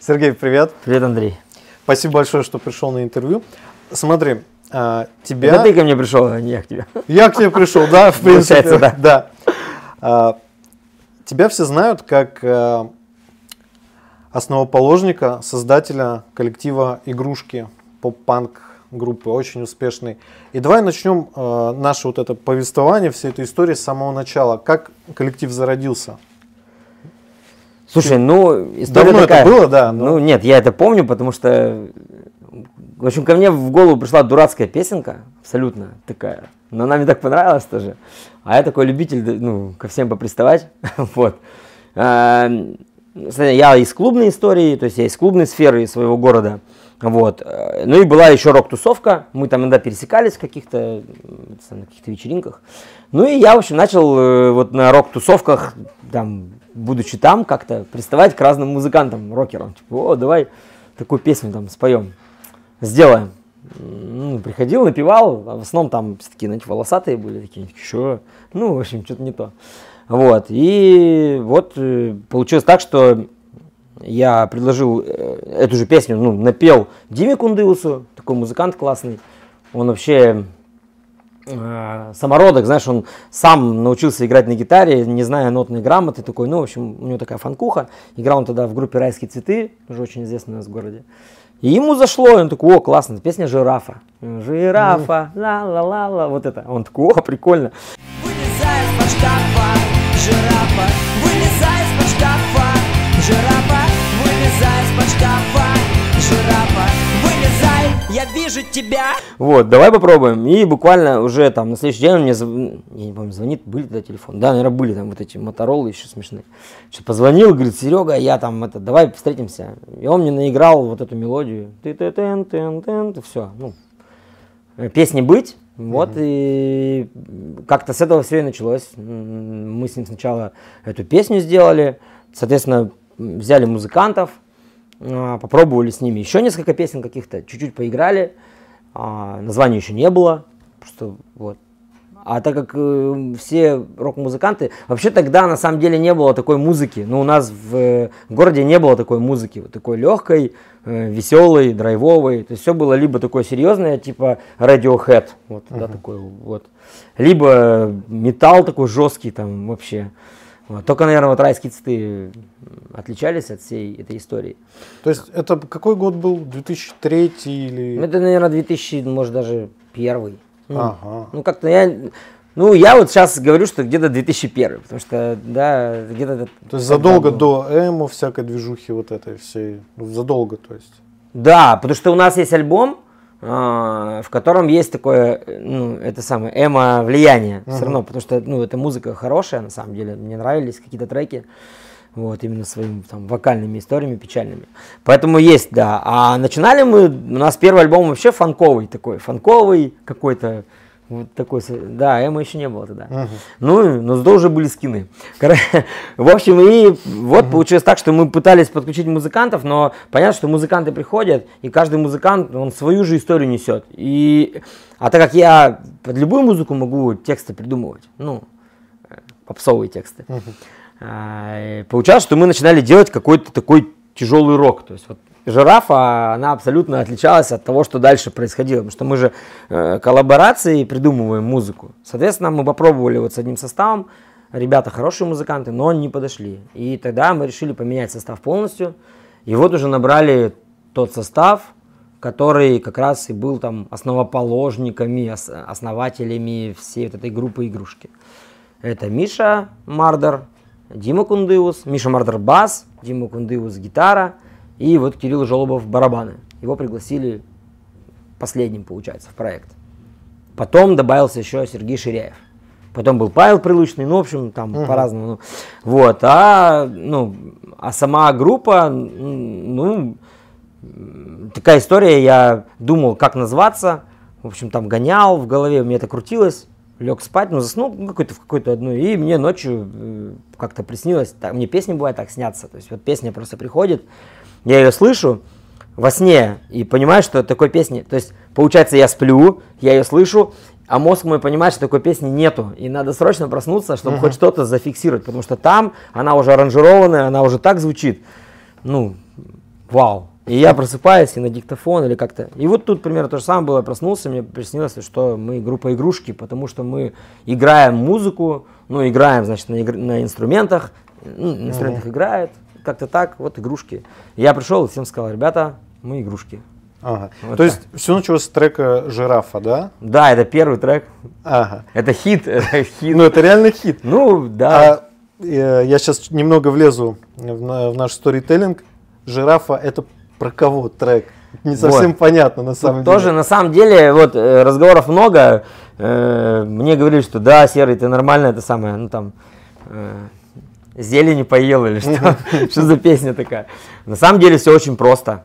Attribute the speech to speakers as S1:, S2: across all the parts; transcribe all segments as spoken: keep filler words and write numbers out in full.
S1: Сергей, привет.
S2: Привет, Андрей.
S1: Спасибо большое, что пришел на интервью. Смотри, а, тебя...
S2: Это ты ко мне пришел, а не я к тебе.
S1: Я к тебе пришел, да, в принципе.
S2: Получается,
S1: да. да. А, тебя все знают как а, основоположника, создателя коллектива «Игрушки», поп-панк группы, очень успешный. И давай начнем а, наше вот это повествование, всей этой истории с самого начала. Как коллектив зародился?
S2: Слушай, ну, история
S1: Давно
S2: такая.
S1: это было, да? Но...
S2: Ну, нет, я это помню, потому что, в общем, ко мне в голову пришла дурацкая песенка, абсолютно такая, но она мне так понравилась тоже. А я такой любитель, ну, ко всем поприставать, вот. Я из клубной истории, то есть я из клубной сферы своего города, вот. Ну и была еще рок-тусовка, мы там иногда пересекались в каких-то, на каких-то вечеринках. Ну и я, в общем, начал вот на рок-тусовках, там, будучи там, как-то приставать к разным музыкантам, рокерам. Типа, о, давай такую песню там споем, сделаем. Ну, приходил, напевал, а в основном там такие, знаете, волосатые были, такие, что? Ну, в общем, что-то не то. Вот, и вот получилось так, что я предложил эту же песню, ну, напел Диме Кундыусу, такой музыкант классный. Он вообще... самородок, знаешь, он сам научился играть на гитаре, не зная нотной грамоты, такой, ну, в общем, у него такая фанкуха. Играл он тогда в группе «Райские цветы», уже очень известная у нас в городе. И ему зашло, и он такой, о, классно, песня «Жирафа». «Жирафа, ла-ла-ла-ла», вот это. Он такой, о, прикольно.
S3: Вылезай из-под шкафа, жирафа, вылезай из-под шкафа, жирафа, вылезай из-под шкафа, жирафа, вылезай, я вижу тебя.
S2: Вот, давай попробуем. И буквально уже там на следующий день он мне, зв... я не помню, звонит, были тогда телефон? Да, наверное, были там вот эти Моторолы еще смешные. Что позвонил, говорит, Серега, я там, это, давай встретимся. И он мне наиграл вот эту мелодию. Ты-ты-тен-тен-тен, все, ну, песни быть. Вот, mm-hmm. И как-то с этого все и началось. Мы с ним сначала эту песню сделали, соответственно, взяли музыкантов, попробовали с ними еще несколько песен каких-то, чуть-чуть поиграли. А, названия еще не было, просто вот. А так как э, все рок-музыканты, вообще тогда на самом деле не было такой музыки. Ну, у нас в, э, в городе не было такой музыки, вот такой легкой, э, веселой, драйвовой. То есть все было либо такое серьезное, типа Radiohead, вот, uh-huh. да, такой вот, либо металл такой жесткий там вообще. Вот. Только, наверное, вот «Райские цветы» отличались от всей этой истории.
S1: То есть это какой год был? две тысячи третий или...
S2: Это, наверное, две тысячи, может, даже первый. Ну,
S1: ага.
S2: ну как-то я... Ну, я вот сейчас говорю, что где-то две тысячи первый, потому что, да, где-то...
S1: То есть задолго до эмо, всякой движухи вот этой всей, задолго, то есть?
S2: Да, потому что у нас есть альбом, в котором есть такое, ну, это самое, эмо влияние, uh-huh. все равно, потому что, ну, эта музыка хорошая, на самом деле, мне нравились какие-то треки, вот, именно своими, там, вокальными историями печальными, поэтому есть, да, а начинали мы, у нас первый альбом вообще фанковый такой, фанковый какой-то, вот такой, да, эмо еще не было тогда. Uh-huh. Ну, но зато уже были скины. В общем, и вот uh-huh. получилось так, что мы пытались подключить музыкантов, но понятно, что музыканты приходят, и каждый музыкант, он свою же историю несет. И, а так как я под любую музыку могу тексты придумывать, ну, попсовые тексты, uh-huh. получалось, что мы начинали делать какой-то такой тяжелый рок. То есть вот «Жирафа», она абсолютно отличалась от того, что дальше происходило, потому что мы же э, коллаборации придумываем музыку. Соответственно, мы попробовали вот с одним составом, ребята хорошие музыканты, но не подошли. И тогда мы решили поменять состав полностью, и вот уже набрали тот состав, который как раз и был там основоположниками, ос- основателями всей вот этой группы «Игрушки». Это Миша Мардер, Дима Кундыус, Миша Мардер бас, Дима Кундыус гитара, и вот Кирилл Жолобов барабаны. Его пригласили последним, получается, в проект. Потом добавился еще Сергей Ширяев. Потом был Павел Прилучный, ну, в общем, там uh-huh. по-разному. Ну, вот, а, ну, а сама группа, ну, такая история, я думал, как назваться. В общем, там гонял в голове, у меня это крутилось. Лег спать, ну, заснул ну, какой-то, в какой-то одной, и мне ночью э, как-то приснилось, так, мне песни бывает так снятся, то есть вот песня просто приходит, я ее слышу во сне и понимаю, что такой песни, то есть получается я сплю, я ее слышу, а мозг мой понимает, что такой песни нету, и надо срочно проснуться, чтобы uh-huh. хоть что-то зафиксировать, потому что там она уже аранжированная, она уже так звучит, ну, вау. И я просыпаюсь и на диктофон или как-то. И вот тут примерно то же самое было. Я проснулся, мне приснилось, что мы группа игрушки, потому что мы играем музыку, ну, играем, значит, на, игр... на инструментах, ну, на инструментах mm-hmm. играет, как-то так, вот игрушки. И я пришел и всем сказал, ребята, мы игрушки.
S1: Ага.
S2: Вот
S1: то
S2: так.
S1: есть все началось с трека «Жирафа», да?
S2: Да, это первый трек.
S1: Ага.
S2: Это хит, это хит.
S1: Ну, это реально хит.
S2: Ну, да.
S1: А, э, я сейчас немного влезу в, на, в наш сторителлинг. «Жирафа» — это про кого трек? Не совсем вот. Понятно на самом
S2: Тут
S1: деле.
S2: Тоже на самом деле вот разговоров много. Э, мне говорили, что да, Серый, ты нормально, это самое, ну там э, зелени поел или что? Что за песня такая? На самом деле все очень просто.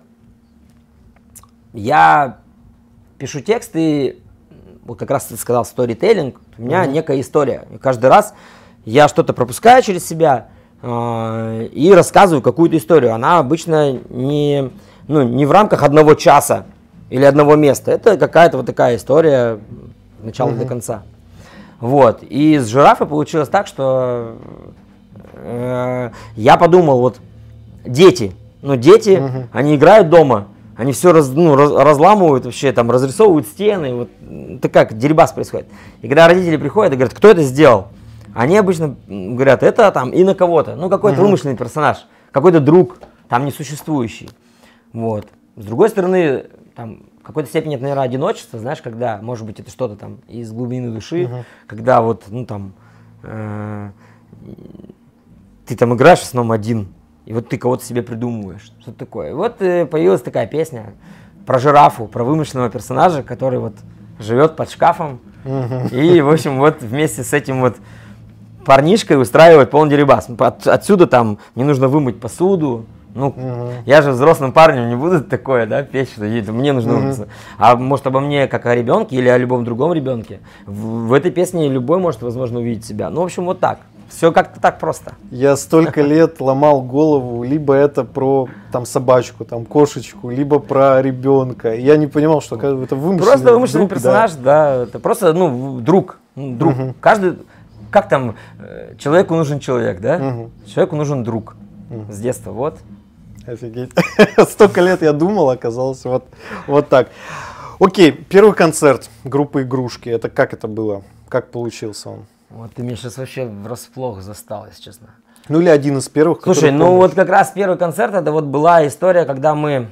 S2: Я пишу тексты, вот как раз ты сказал сторителлинг, у меня некая история. И каждый раз я что-то пропускаю через себя э, и рассказываю какую-то историю. Она обычно не, ну, не в рамках одного часа или одного места. Это какая-то вот такая история от начала mm-hmm. до конца. Вот. И с «Жирафой» получилось так, что э, я подумал, вот дети, ну дети, mm-hmm. они играют дома. Они все раз, ну, раз, разламывают вообще, там, разрисовывают стены, вот, это как, дерибас происходит. И когда родители приходят и говорят, кто это сделал, они обычно говорят, это там и на кого-то, ну, какой-то uh-huh. вымышленный персонаж, какой-то друг, там, несуществующий. Вот. С другой стороны, там, в какой-то степени это, наверное, одиночество, знаешь, когда, может быть, это что-то там из глубины души, uh-huh. когда вот, ну, там, э- ты там играешь в основном один. И вот ты кого-то себе придумываешь, что-то такое. И вот э, появилась такая песня про жирафу, про вымышленного персонажа, который вот живет под шкафом. Uh-huh. И, в общем, вот вместе с этим вот парнишкой устраивает полный дерибас. От, отсюда там не нужно вымыть посуду. Ну, uh-huh. я же взрослым парнем не буду такое, да, петь, что мне нужно uh-huh. вымыться. А может, обо мне как о ребенке или о любом другом ребенке. В, в этой песне любой может, возможно, увидеть себя. Ну, в общем, вот так. Все как-то так просто.
S1: Я столько лет ломал голову, либо это про там собачку, там кошечку, либо про ребенка. Я не понимал, что это вымышленный
S2: Просто вымышленный
S1: друг,
S2: персонаж, да.
S1: да.
S2: Это просто, ну, друг. друг. Угу. Каждый, как там, человеку нужен человек, да? Угу. Человеку нужен друг. Угу. С детства, вот.
S1: Офигеть. Столько лет я думал, оказалось вот, вот так. Окей, первый концерт группы «Игрушки». Это как это было? Как получился он?
S2: Вот ты меня сейчас вообще врасплох застал, если честно.
S1: Ну или один из первых.
S2: Слушай, ну помнишь. Вот как раз первый концерт, это вот была история, когда мы...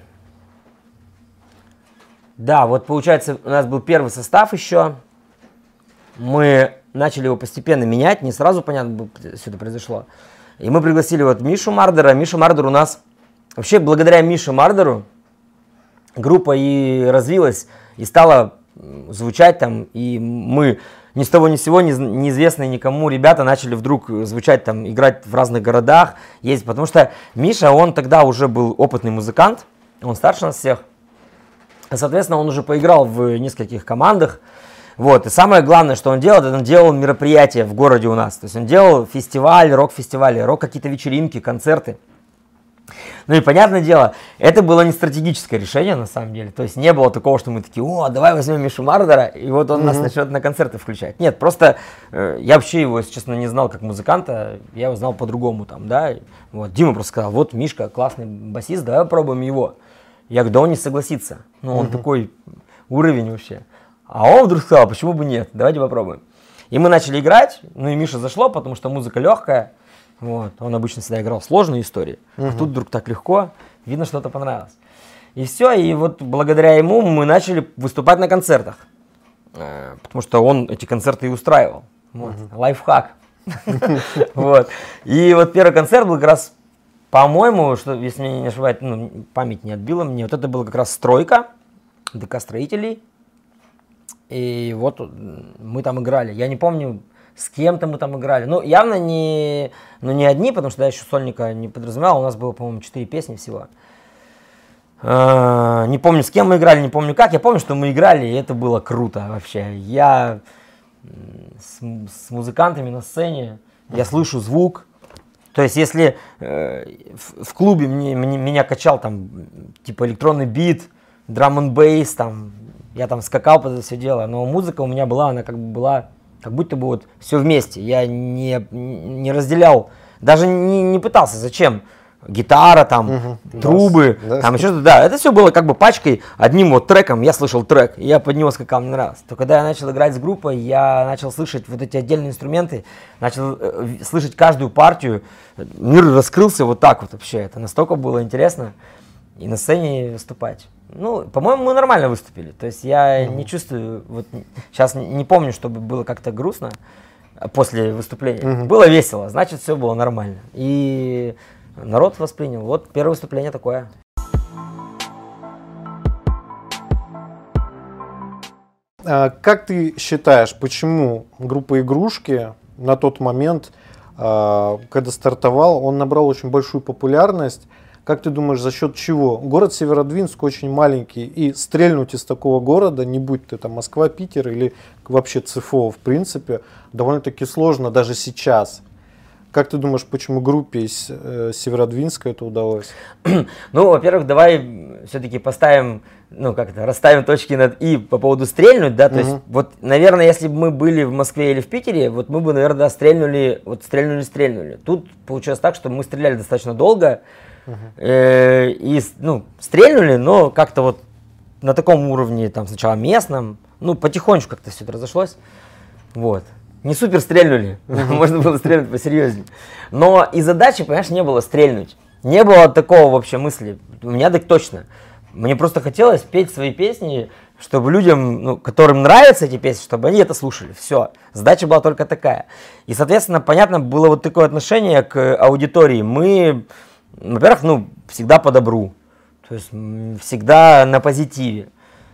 S2: Да, вот получается, у нас был первый состав еще. Мы начали его постепенно менять, не сразу понятно, все это произошло. И мы пригласили вот Мишу Мардера. Миша Мардер у нас... Вообще, благодаря Мише Мардеру группа и развилась, и стала звучать там, и мы... Ни с того ни с сего, неизвестные никому ребята начали вдруг звучать там, играть в разных городах, ездить, потому что Миша, он тогда уже был опытный музыкант, он старше нас всех, соответственно, он уже поиграл в нескольких командах, вот, и самое главное, что он делал, это он делал мероприятия в городе у нас, то есть он делал фестиваль, рок-фестивали, рок какие-то вечеринки, концерты. Ну и понятное дело, это было не стратегическое решение на самом деле. То есть не было такого, что мы такие, о, давай возьмем Мишу Мардера, и вот он mm-hmm. нас начнет на концерты включать. Нет, просто э, я вообще его, если честно, не знал как музыканта, я его знал по-другому там, да. Вот, Дима просто сказал, вот Мишка, классный басист, давай попробуем его. Я говорю, да он не согласится. Ну он mm-hmm. такой уровень вообще. А он вдруг сказал, почему бы нет, давайте попробуем. И мы начали играть, ну и Миша зашло, потому что музыка легкая. Вот. Он обычно всегда играл сложные истории, uh-huh. а тут вдруг так легко, видно, что-то понравилось. И все, и вот благодаря ему мы начали выступать на концертах, потому что он эти концерты и устраивал. Вот. Uh-huh. Лайфхак. Вот. И вот первый концерт был как раз, по-моему, что, если меня не ошибаюсь, ну, память не отбила мне, вот это была как раз стройка, ДК строителей. И вот мы там играли. Я не помню, с кем-то мы там играли. Ну, явно не, ну, не одни, потому что я еще сольника не подразумевал. У нас было, по-моему, четыре песни всего. А, не помню, с кем мы играли, не помню как. Я помню, что мы играли, и это было круто вообще. Я с, с музыкантами на сцене, я слышу звук. То есть, если э, в, в клубе мне, мне, меня качал там, типа, электронный бит, драм н бейс, там, я там скакал под это все дело, но музыка у меня была, она как бы была... Как будто бы вот все вместе. Я не, не разделял, даже не, не пытался, зачем гитара, там,
S1: Угу.
S2: трубы,
S1: Да.
S2: там еще что-то. Да, это все было как бы пачкой, одним вот треком. Я слышал трек, и я под него скакал, мне нравилось. То когда я начал играть с группой, я начал слышать вот эти отдельные инструменты, начал э, слышать каждую партию. Мир раскрылся вот так вот вообще. Это настолько было интересно. И на сцене выступать. Ну, по-моему, мы нормально выступили. То есть я mm-hmm. не чувствую, вот сейчас не, не помню, чтобы было как-то грустно после выступления. Mm-hmm. Было весело, значит, все было нормально. И народ воспринял. Вот первое выступление такое.
S1: А как ты считаешь, почему группа «Игрушки» на тот момент, когда стартовал, он набрал очень большую популярность? Как ты думаешь, за счет чего? Город Северодвинск очень маленький, и стрельнуть из такого города, не будь ты там Москва, Питер или вообще ЦФО, в принципе, довольно-таки сложно даже сейчас. Как ты думаешь, почему группе из э, Северодвинска это удалось?
S2: Ну, во-первых, давай все-таки поставим, ну как-то, расставим точки над «и» по поводу стрельнуть, да, то uh-huh. есть, вот, наверное, если бы мы были в Москве или в Питере, вот мы бы, наверное, стрельнули, вот стрельнули-стрельнули. Тут получилось так, что мы стреляли достаточно долго, uh-huh. э, и, ну, стрельнули, но как-то вот на таком уровне, там, сначала местном, ну, потихонечку как-то все это разошлось, вот. Не супер стрельнули, можно было стрельнуть посерьезнее. Но и задачи, понимаешь, не было стрельнуть. Не было такого вообще мысли. У меня так точно. Мне просто хотелось петь свои песни, чтобы людям, ну, которым нравятся эти песни, чтобы они это слушали. Все. Задача была только такая. И, соответственно, понятно, было вот такое отношение к аудитории. Мы, во-первых, ну, всегда по добру. То есть всегда на позитиве.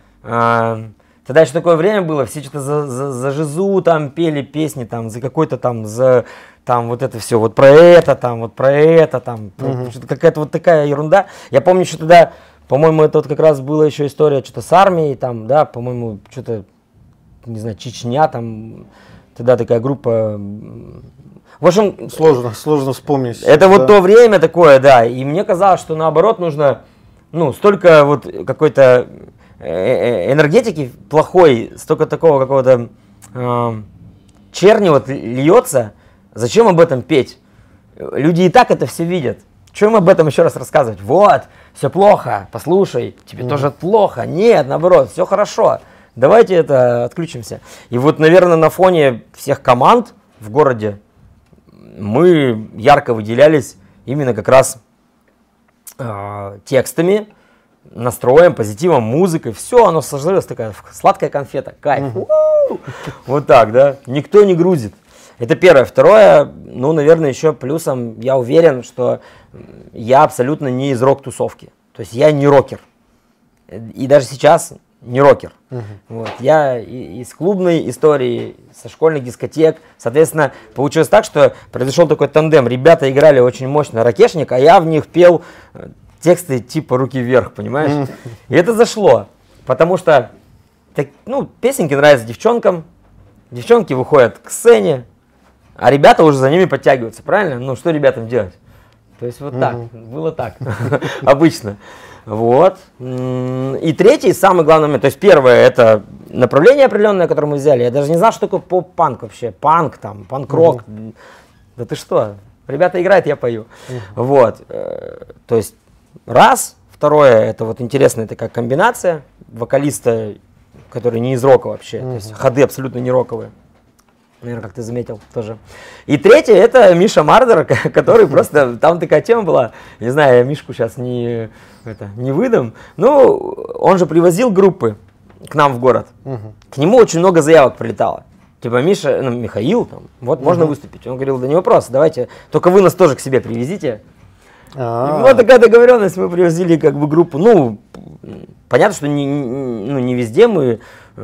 S2: Тогда еще такое время было, все что-то за, за, за жизу там пели песни, там, за какой-то там, за, там, вот это все, вот про это, там, вот про это, там, uh-huh. что-то какая-то вот такая ерунда. Я помню, что тогда, по-моему, это вот как раз была еще история что-то с армией, там, да, по-моему, что-то, не знаю, Чечня, там, тогда такая группа. В общем,
S1: сложно, сложно вспомнить.
S2: Это
S1: да.
S2: вот то время такое, да, и мне казалось, что наоборот нужно, ну, столько вот какой-то энергетики плохой, столько такого какого-то э, черни вот льется, зачем об этом петь? Люди и так это все видят. Чем об этом еще раз рассказывать? Вот, все плохо, послушай, тебе mm-hmm. тоже плохо. Нет, наоборот, все хорошо. Давайте это отключимся. И вот, наверное, на фоне всех команд в городе мы ярко выделялись именно как раз э, текстами, настроем, позитивом, музыкой, все, оно сложилось, такая сладкая конфета, кайф. Uh-huh. Вот так, да, никто не грузит. Это первое. Второе, ну, наверное, еще плюсом, я уверен, что я абсолютно не из рок-тусовки. То есть я не рокер. И даже сейчас не рокер. Uh-huh. Вот. Я из клубной истории, со школьных дискотек. Соответственно, получилось так, что произошел такой тандем. Ребята играли очень мощно ракешник, а я в них пел тексты типа «Руки вверх», понимаешь? Mm. И это зашло, потому что, так, ну, песенки нравятся девчонкам, девчонки выходят к сцене, а ребята уже за ними подтягиваются, правильно? Ну, что ребятам делать? То есть вот mm-hmm. так, было так, обычно. Вот. И третий, самый главный момент, то есть первое, это направление определенное, которое мы взяли. Я даже не знал, что такое поп-панк вообще, панк там, панк-рок. Да ты что? Ребята играют, я пою. Вот. То есть раз. Второе, это вот интересная такая комбинация вокалиста, который не из рока вообще, uh-huh. то есть ходы абсолютно не роковые. Наверное, как ты заметил тоже. И третье, это Миша Мардер, который просто, там такая тема была, не знаю, я Мишку сейчас не, это, не выдам, но он же привозил группы к нам в город. Uh-huh. К нему очень много заявок прилетало. Типа, Миша, ну, Михаил, там, вот uh-huh. можно выступить. Он говорил, да не вопрос, давайте, только вы нас тоже к себе привезите. А-а-а. Вот такая договоренность, мы привозили как бы группу. Ну, понятно, что не, ну, не везде мы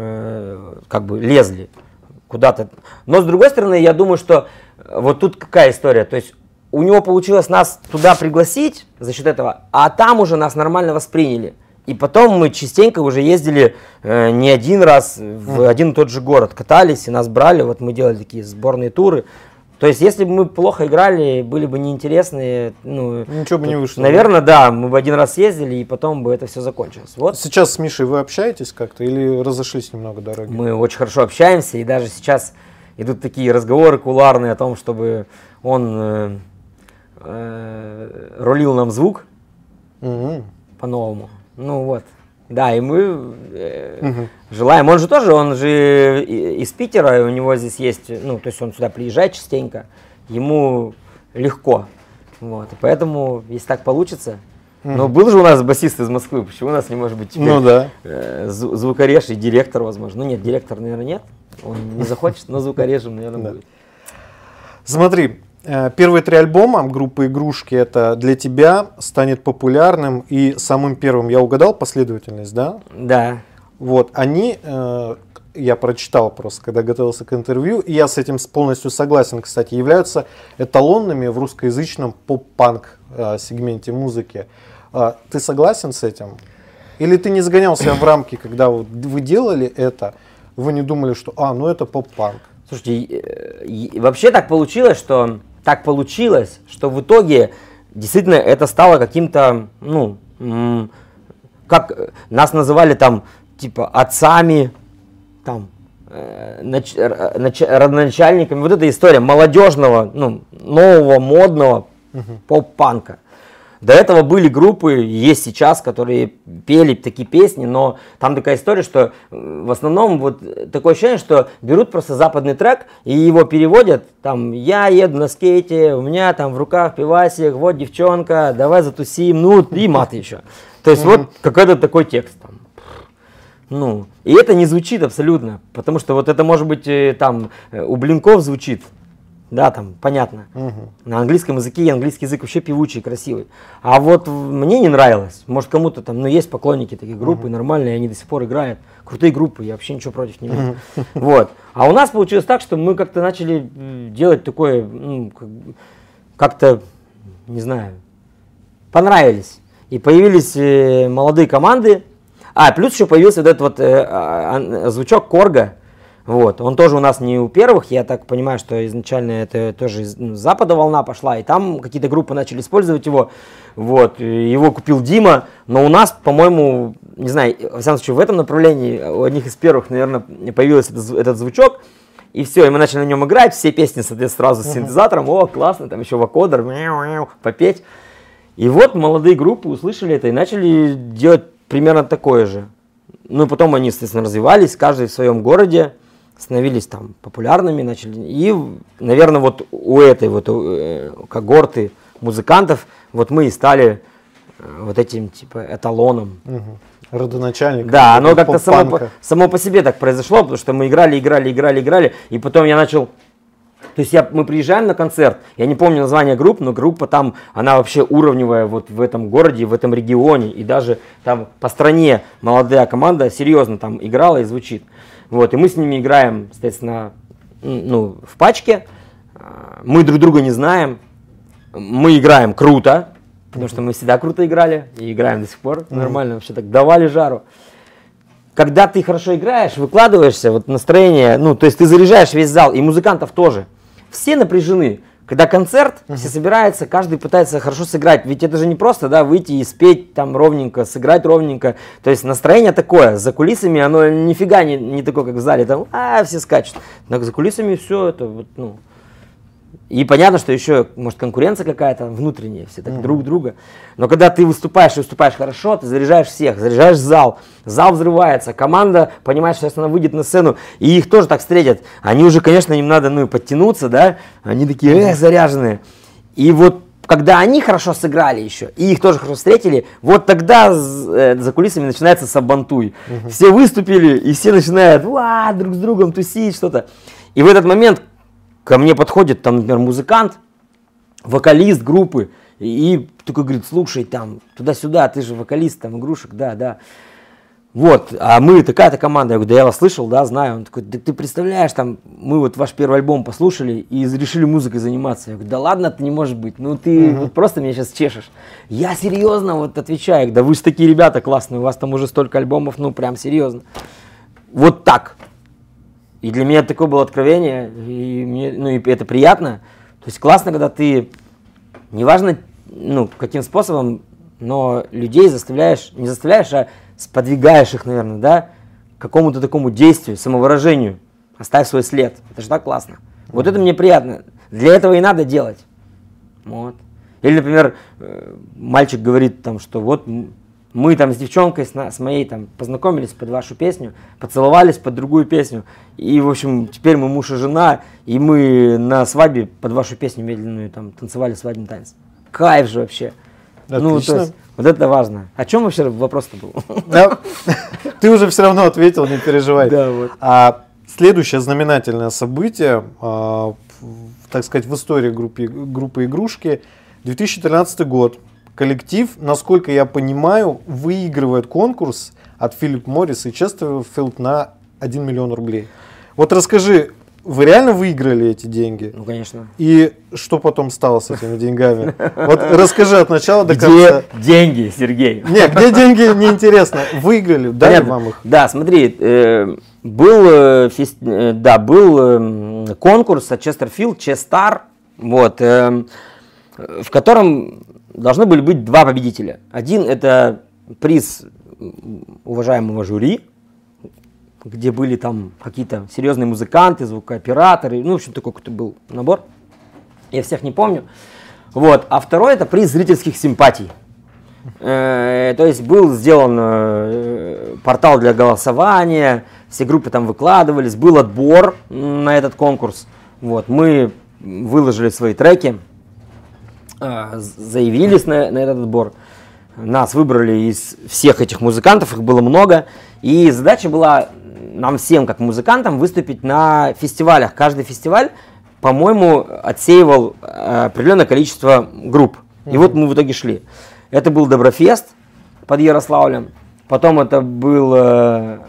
S2: э, как бы лезли куда-то. Но с другой стороны, я думаю, что вот тут какая история. То есть у него получилось нас туда пригласить за счет этого, а там уже нас нормально восприняли. И потом мы частенько уже ездили э, не один раз в mm. один и тот же город, катались и нас брали. Вот мы делали такие сборные туры. То есть, если бы мы плохо играли, были бы неинтересные, ну,
S1: ничего бы не вышло.
S2: Наверное, да, мы бы один раз ездили, и потом бы это все закончилось. Вот.
S1: Сейчас с Мишей вы общаетесь как-то или разошлись немного дороги?
S2: Мы очень хорошо общаемся, и даже сейчас идут такие разговоры кулуарные о том, чтобы он э, э, рулил нам звук
S1: Угу.
S2: по-новому. Ну вот. Да, и мы э, угу. желаем. Он же тоже, он же из Питера, и у него здесь есть, ну, то есть он сюда приезжает частенько, ему легко. Вот, и поэтому, если так получится. Угу. Но был же у нас басист из Москвы, почему у нас не может быть теперь
S1: ну, да.
S2: э, звукореж и директор, возможно. Ну нет, директор, наверное, нет. Он не захочет, но звукорежем, наверное, будет.
S1: Смотри. Первые три альбома группы «Игрушки» это для тебя станет популярным и самым первым. Я угадал последовательность, да?
S2: Да.
S1: Вот, они, э, я прочитал просто, когда готовился к интервью, и я с этим полностью согласен, кстати, являются эталонными в русскоязычном поп-панк э, сегменте музыки. Э, ты согласен с этим? Или ты не загонялся в рамки, когда вот вы делали это, вы не думали, что, а, ну это поп-панк?
S2: Слушайте, вообще так получилось, что так получилось, что в итоге действительно это стало каким-то, ну, как нас называли там, типа, отцами, там, э, нач, нач, родоначальниками. Вот эта история молодежного, ну, нового, модного uh-huh. поп-панка. До этого были группы, есть сейчас, которые пели такие песни, но там такая история, что в основном вот такое ощущение, что берут просто западный трек и его переводят, там, я еду на скейте, у меня там в руках пивасик, вот девчонка, давай затусим, ну и маты еще. То есть вот какой-то такой текст там. Ну, и это не звучит абсолютно, потому что вот это может быть там у Блинков звучит. Да, там, понятно. Угу. На английском языке, и английский язык вообще певучий, красивый. А вот мне не нравилось. Может, кому-то там, ну, есть поклонники таких групп, угу. нормальные, они до сих пор играют. Крутые группы, я вообще ничего против не имею. Угу. Вот. А у нас получилось так, что мы как-то начали делать такое, ну, как-то, не знаю, понравились. И появились э, молодые команды. А, плюс еще появился вот этот вот э, э, звучок Корга. Вот, он тоже у нас не у первых, я так понимаю, что изначально это тоже из ну, Запада волна пошла, и там какие-то группы начали использовать его, вот, его купил Дима, но у нас, по-моему, не знаю, во всяком случае, в этом направлении, у одних из первых, наверное, появился этот, этот звучок, и все, и мы начали на нем играть, все песни, соответственно, сразу с синтезатором, о, классно, там еще вокодер, попеть, и вот молодые группы услышали это и начали делать примерно такое же, ну и потом они, естественно, развивались, каждый в своем городе, становились там популярными, начали, и, наверное, вот у этой вот э, когорты музыкантов, вот мы и стали э, вот этим, типа, эталоном.
S1: Угу. Родоначальником.
S2: Да, оно как-то само по, само по себе так произошло, потому что мы играли, играли, играли, играли, и потом я начал, то есть я, мы приезжаем на концерт, я не помню название групп, но группа там, она вообще уровневая вот в этом городе, в этом регионе, и даже там по стране молодая команда серьезно там играла и звучит. Вот, и мы с ними играем, соответственно, ну, в пачке, мы друг друга не знаем, мы играем круто, потому что мы всегда круто играли, и играем до сих пор нормально, вообще так давали жару. Когда ты хорошо играешь, выкладываешься, вот настроение, ну, то есть ты заряжаешь весь зал, и музыкантов тоже, все напряжены. Когда концерт, uh-huh. все собираются, каждый пытается хорошо сыграть. Ведь это же не просто, да, выйти и спеть там ровненько, сыграть ровненько. То есть настроение такое. За кулисами оно нифига не, не такое, как в зале. Там, а, все скачут. Но за кулисами все это вот, ну. И понятно, что еще, может, конкуренция какая-то внутренняя, все так uh-huh. друг друга. Но когда ты выступаешь и выступаешь хорошо, ты заряжаешь всех, заряжаешь зал. Зал взрывается, команда понимает, что если она выйдет на сцену, и их тоже так встретят. Они уже, конечно, им надо, ну, и подтянуться, да. Они такие, эх, заряженные. И вот, когда они хорошо сыграли еще, и их тоже хорошо встретили, вот тогда э, за кулисами начинается сабантуй. Uh-huh. Все выступили, и все начинают, ва, друг с другом тусить, что-то. И в этот момент ко мне подходит, там, например, музыкант, вокалист группы, и, и такой говорит, слушай, там, туда-сюда, ты же вокалист, там, игрушек, да, да. Вот, а мы такая-то команда. Я говорю, да я вас слышал, да, знаю. Он такой, да ты представляешь, там, мы вот ваш первый альбом послушали и решили музыкой заниматься. Я говорю, да ладно, это не может быть, ну ты uh-huh. вот просто меня сейчас чешешь. Я серьезно вот отвечаю, да вы же такие ребята классные, у вас там уже столько альбомов, ну прям серьезно. Вот так. И для меня такое было откровение, и мне, ну и это приятно. То есть классно, когда ты, неважно, ну, каким способом, но людей заставляешь, не заставляешь, а сподвигаешь их, наверное, да, к какому-то такому действию, самовыражению. Оставь свой след. Это же так классно. Вот это мне приятно. Для этого и надо делать. Вот. Или, например, мальчик говорит, там, что вот мы там с девчонкой, с, на, с моей там познакомились под вашу песню, поцеловались под другую песню, и, в общем, теперь мы муж и жена, и мы на свадьбе под вашу песню медленную там танцевали свадебный танец. Кайф же вообще.
S1: Отлично.
S2: Ну, то есть, вот это важно. О чем вообще вопрос-то был?
S1: Да, ты уже все равно ответил, не переживай.
S2: Да, вот.
S1: А следующее знаменательное событие, а, так сказать, в истории группы, группы «Игрушки», две тысячи тринадцатый год. Коллектив, насколько я понимаю, выигрывает конкурс от Филипп Моррис и Честерфилд на один миллион рублей. Вот расскажи, вы реально выиграли эти деньги?
S2: Ну, конечно.
S1: И что потом стало с этими деньгами? Вот расскажи от начала до
S2: Где
S1: конца.
S2: деньги, Сергей?
S1: Нет, где деньги, неинтересно. Выиграли, дали
S2: Понятно.
S1: вам их?
S2: Да, смотри, э, был, э, фест... э, да, был э, конкурс от Честерфилд, Честар, вот, э, в котором должны были быть два победителя. Один — это приз уважаемого жюри, где были там какие-то серьезные музыканты, звукооператоры, ну, в общем, такой какой-то был набор. Я всех не помню. Вот. А второй — это приз зрительских симпатий. Э, то есть был сделан э, портал для голосования, все группы там выкладывались, был отбор на этот конкурс. Вот. Мы выложили свои треки, заявились на, на этот отбор. Нас выбрали из всех этих музыкантов, их было много. И задача была нам всем, как музыкантам, выступить на фестивалях. Каждый фестиваль, по-моему, отсеивал определенное количество групп. И mm-hmm. вот мы в итоге шли. Это был Доброфест под Ярославлем. Потом это был э,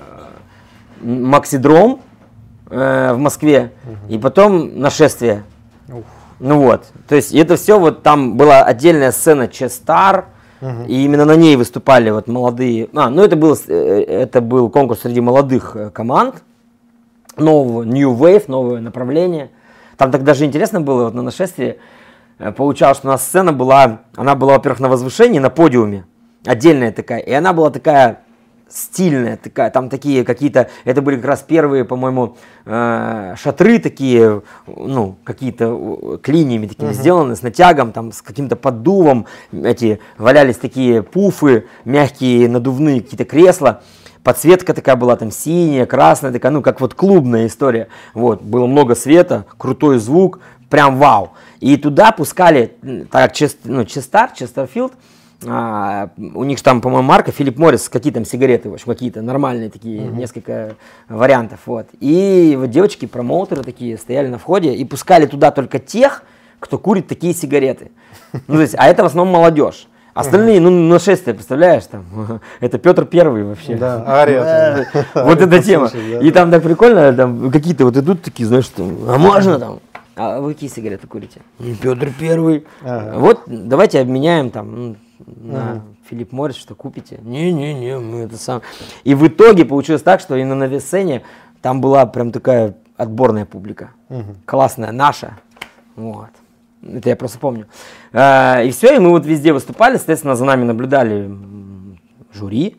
S2: Максидром э, в Москве. Mm-hmm. И потом Нашествие. Uh. Ну вот, то есть это все, вот там была отдельная сцена Честар, uh-huh. и именно на ней выступали вот молодые, а, ну это был, это был конкурс среди молодых команд, нового New Wave, новое направление. Там так даже интересно было, вот на Нашествии получалось, что у нас сцена была, она была, во-первых, на возвышении, на подиуме, отдельная такая, и она была такая стильная, такая, там такие какие-то, это были как раз первые, по-моему, э, шатры такие, ну, какие-то клиниями такими uh-huh. сделаны, с натягом, там, с каким-то поддувом, эти, валялись такие пуфы, мягкие, надувные какие-то кресла, подсветка такая была, там, синяя, красная, такая, ну, как вот клубная история, вот, было много света, крутой звук, прям вау, и туда пускали, так, Чест, ну, Честар, Честерфилд, А, у них там, по-моему, марка Филипп Моррис, какие там сигареты, в общем, какие-то нормальные такие, uh-huh. несколько вариантов, вот. И вот девочки, промоутеры такие, стояли на входе и пускали туда только тех, кто курит такие сигареты. Ну, то есть, а это в основном молодежь. Остальные, ну, Нашествие, представляешь, там, это Петр Первый вообще.
S1: Да, Ария.
S2: Вот эта тема. И там так прикольно, там какие-то вот идут такие, знаешь, там, а можно там? А вы какие сигареты курите? Петр Первый. Вот, давайте обменяем там на uh-huh. Филипп Моррис, что купите. Не-не-не, мы это сам. И в итоге получилось так, что именно на сцене там была прям такая отборная публика. Uh-huh. Классная, наша. Вот. Это я просто помню. А, и все, и мы вот везде выступали, соответственно, за нами наблюдали жюри.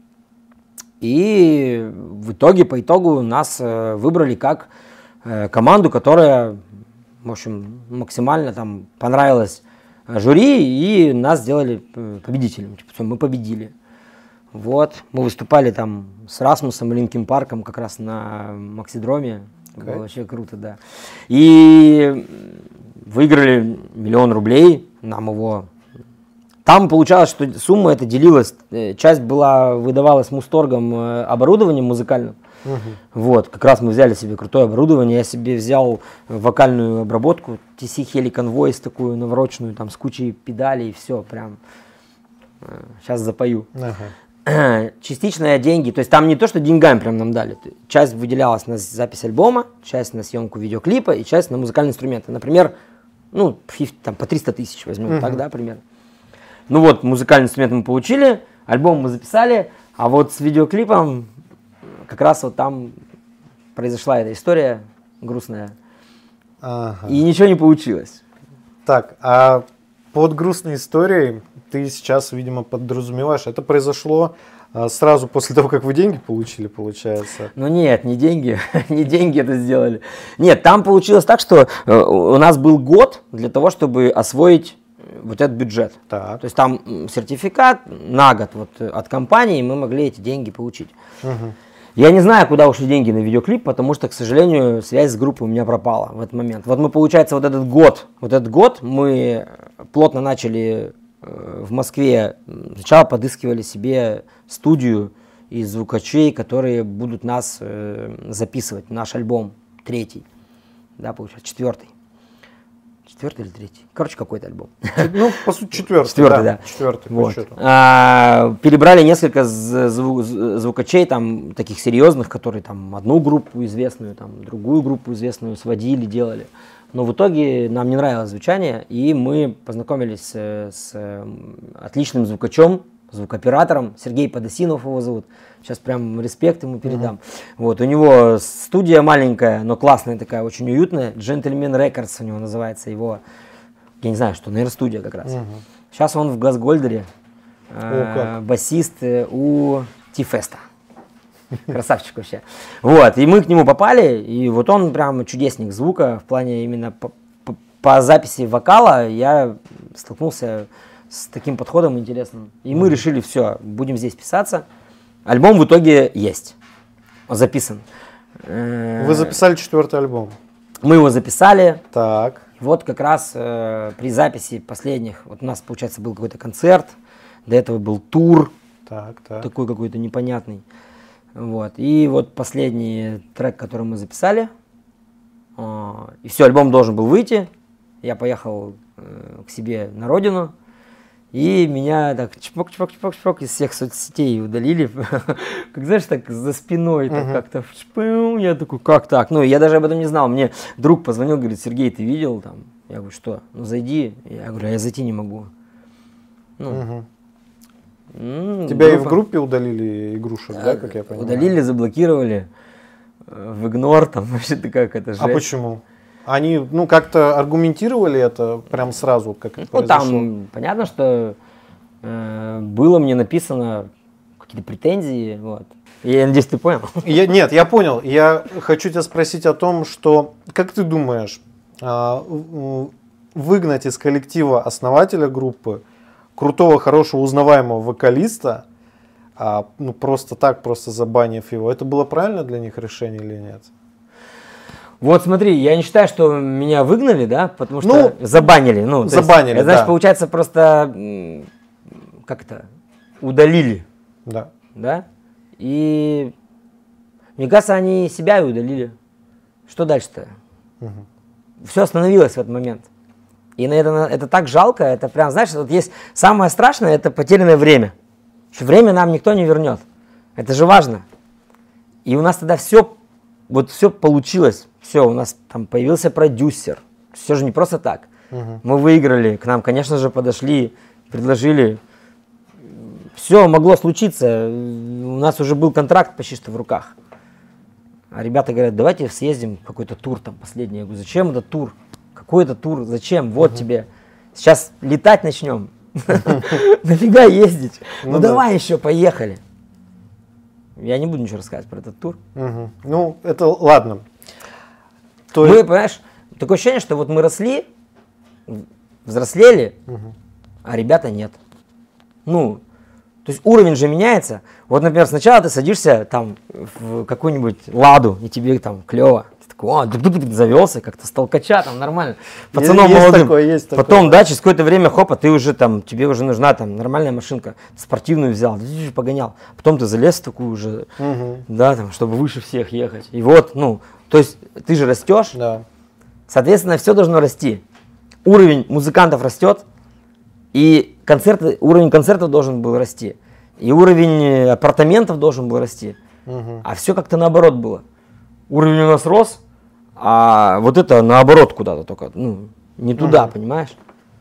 S2: И в итоге, по итогу, нас выбрали как команду, которая, в общем, максимально там понравилась жюри, и нас сделали победителем. Типа, мы победили. Вот. Мы выступали там с Расмусом и Линкин Парком как раз на Максидроме. Okay. Было вообще круто, да. И выиграли миллион рублей. Нам его... Там получалось, что сумма эта делилась. Часть была, выдавалась Мусторгом оборудованием музыкальным. Uh-huh. Вот, как раз мы взяли себе крутое оборудование, я себе взял вокальную обработку, ти си Helicon Voice такую навороченную, там с кучей педалей, и все, прям, сейчас запою. Uh-huh. Частично деньги, то есть там не то, что деньгами прям нам дали, часть выделялась на запись альбома, часть на съемку видеоклипа и часть на музыкальные инструменты, например, ну, там по триста тысяч возьмем, uh-huh. так, да, примерно. Ну вот, музыкальный инструмент мы получили, альбом мы записали, а вот с видеоклипом как раз вот там произошла эта история грустная. Ага. И ничего не получилось.
S1: Так, а под грустной историей ты сейчас, видимо, подразумеваешь, это произошло а, сразу после того, как вы деньги получили, получается?
S2: Ну нет, не деньги, не деньги это сделали. Нет, там получилось так, что э, у нас был год для того, чтобы освоить вот этот бюджет.
S1: Так.
S2: То есть там сертификат на год вот от компании, мы могли эти деньги получить.
S1: Угу.
S2: Я не знаю, куда ушли деньги на видеоклип, потому что, к сожалению, связь с группой у меня пропала в этот момент. Вот мы, получается, вот этот год, вот этот год мы плотно начали э, в Москве, сначала подыскивали себе студию из звукачей, которые будут нас э, записывать, наш альбом третий, да, получается, четвертый. Четвертый или третий? Короче, какой-то альбом.
S1: Ну, по сути, четвертый.
S2: Четвертый, да.
S1: да. Четвертый,
S2: вот.
S1: по счету.
S2: А, перебрали несколько зву- звукачей, там, таких серьезных, которые там одну группу известную, там, другую группу известную сводили, делали. Но в итоге нам не нравилось звучание, и мы познакомились с, с отличным звукачом, звукооператором. Сергей Подосинов его зовут. Сейчас прям респект ему передам. Uh-huh. Вот, у него студия маленькая, но классная такая, очень уютная. Gentleman Records у него называется его. Я не знаю, что, наверное, студия как раз. Uh-huh. Сейчас он в Газгольдере. Э, басист у Ти-Феста. Красавчик вообще. Вот, и мы к нему попали, и вот он прям чудесник звука в плане именно по, по, по записи вокала. Я столкнулся с таким подходом интересным. И мы mm-hmm. решили, все, будем здесь писаться. Альбом в итоге есть. Он записан.
S1: Вы записали четвертый альбом?
S2: Мы его записали.
S1: Так.
S2: Вот как раз э, при записи последних, вот у нас, получается, был какой-то концерт, до этого был тур.
S1: Так, так.
S2: Такой какой-то непонятный. Вот. И вот последний трек, который мы записали. Э, и все, альбом должен был выйти. Я поехал э, к себе на родину. И меня так чпок-чпок-чпок-чпок из всех соцсетей удалили. Как, знаешь, так за спиной, так uh-huh. как-то шпым. Я такой, как так? Ну, я даже об этом не знал. Мне друг позвонил, говорит, Сергей, ты видел там? Я говорю, что? Ну, зайди. Я говорю, а я зайти не могу. Ну,
S1: uh-huh.
S2: м-
S1: Тебя
S2: группа...
S1: и в группе удалили игрушек, да, как я понимаю?
S2: Удалили, заблокировали. В игнор, там вообще такая какая-то жесть.
S1: А почему? Они, ну, как-то аргументировали это прям сразу, как это
S2: ну,
S1: произошло?
S2: там понятно, что э, было мне написано какие-то претензии, вот. Я надеюсь, ты понял?
S1: Я, нет, я понял. Я хочу тебя спросить о том, что, как ты думаешь, э, выгнать из коллектива основателя группы крутого, хорошего, узнаваемого вокалиста, а, ну, просто так, просто забанив его, это было правильно для них решение или нет?
S2: Вот смотри, я не считаю, что меня выгнали, да, потому что
S1: ну,
S2: забанили. Ну,
S1: забанили,
S2: есть, это, значит,
S1: да.
S2: получается, просто как-то удалили.
S1: Да.
S2: Да? И мне кажется, они себя и удалили. Что дальше-то?
S1: Угу.
S2: Все остановилось в этот момент. И на это, это так жалко, это прям, знаешь, вот есть самое страшное, это потерянное время. Что время нам никто не вернет. Это же важно. И у нас тогда все, вот все получилось. Все, у нас там появился продюсер. Все же не просто так. Угу. Мы выиграли, к нам, конечно же, подошли, предложили. Все могло случиться. У нас уже был контракт почти что в руках. А ребята говорят, давайте съездим в какой-то тур там последний. Я говорю, зачем этот тур? Какой это тур? Зачем? Вот угу. тебе. Сейчас летать начнем. Нафига ездить? Ну давай еще, поехали. Я не буду ничего рассказывать про этот тур.
S1: Ну, это ладно.
S2: Мы, есть... понимаешь, такое ощущение, что вот мы росли, взрослели, угу. а ребята нет. Ну, то есть уровень же меняется. Вот, например, сначала ты садишься там в какую-нибудь ладу, и тебе там клево. Ты такой, о, завелся как-то с толкача, там нормально. Пацаном
S1: есть
S2: молодым.
S1: Такое, есть такое.
S2: Потом, да, через какое-то время, хопа, ты уже там, тебе уже нужна там нормальная машинка. Спортивную взял, ты погонял. Потом ты залез в такую уже, угу. да, там, чтобы выше всех ехать. И вот, ну, то есть ты же растешь,
S1: да.
S2: Соответственно, все должно расти. Уровень музыкантов растет, и концерты, уровень концертов должен был расти, и уровень апартаментов должен был расти. Угу. А все как-то наоборот было. Уровень у нас рос, а вот это наоборот куда-то только, ну, не туда, угу. понимаешь?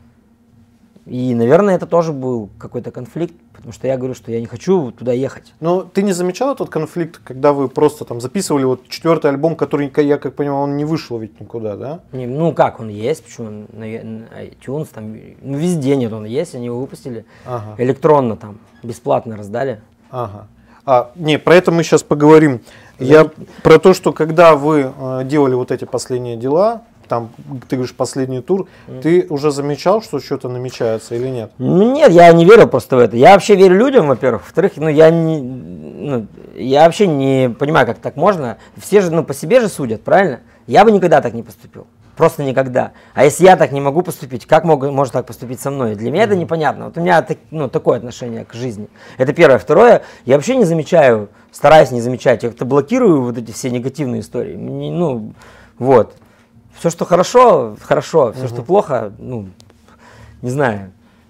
S2: И, наверное, это тоже был какой-то конфликт, потому что я говорю, что я не хочу туда ехать.
S1: Но ты не замечал этот конфликт, когда вы просто там записывали вот четвертый альбом, который, я как понимаю, он не вышел ведь никуда, да?
S2: Не, ну как, он есть, почему? На, на iTunes, там, ну везде нет, он есть, они его выпустили ага. электронно там, бесплатно раздали.
S1: Ага. А, не, про это мы сейчас поговорим. Я, Я про то, что когда вы э, делали вот эти последние дела, там, ты говоришь, последний тур, mm. ты уже замечал, что что-то намечается или нет?
S2: Ну, нет, я не верил просто в это. Я вообще верю людям, во-первых. Во-вторых, ну, я, не, ну, я вообще не понимаю, как так можно. Все же, ну, по себе же судят, правильно? Я бы никогда так не поступил. Просто никогда. А если я так не могу поступить, как мог, может так поступить со мной? Для меня mm-hmm. это непонятно. Вот у меня так, ну, такое отношение к жизни. Это первое. Второе, я вообще не замечаю, стараюсь не замечать. Я как-то блокирую вот эти все негативные истории. Мне, ну, вот. Все, что хорошо, хорошо. Все, uh-huh. что плохо, ну, не знаю.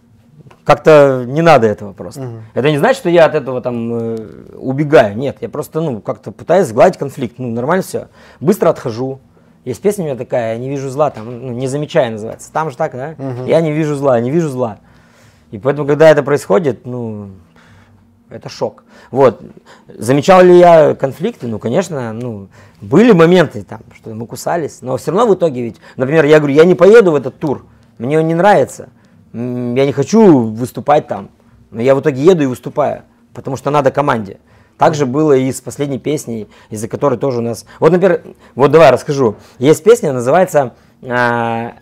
S2: Как-то не надо этого просто. Uh-huh. Это не значит, что я от этого там э, убегаю. Нет, я просто, ну, как-то пытаюсь сгладить конфликт. Ну, нормально все. Быстро отхожу. Есть песня у меня такая, я не вижу зла, там, ну, не замечая называется. Там же так, да? Uh-huh. Я не вижу зла, не вижу зла. И поэтому, когда это происходит, ну, это шок. Вот. Замечал ли я конфликты? Ну, конечно, ну, были моменты, там, что мы кусались, но все равно в итоге ведь, например, я говорю, я не поеду в этот тур, мне он не нравится, я не хочу выступать там, но я в итоге еду и выступаю, потому что надо команде. Так же было и с последней песней, из-за которой тоже у нас... Вот, например, вот давай расскажу. Есть песня, называется... А...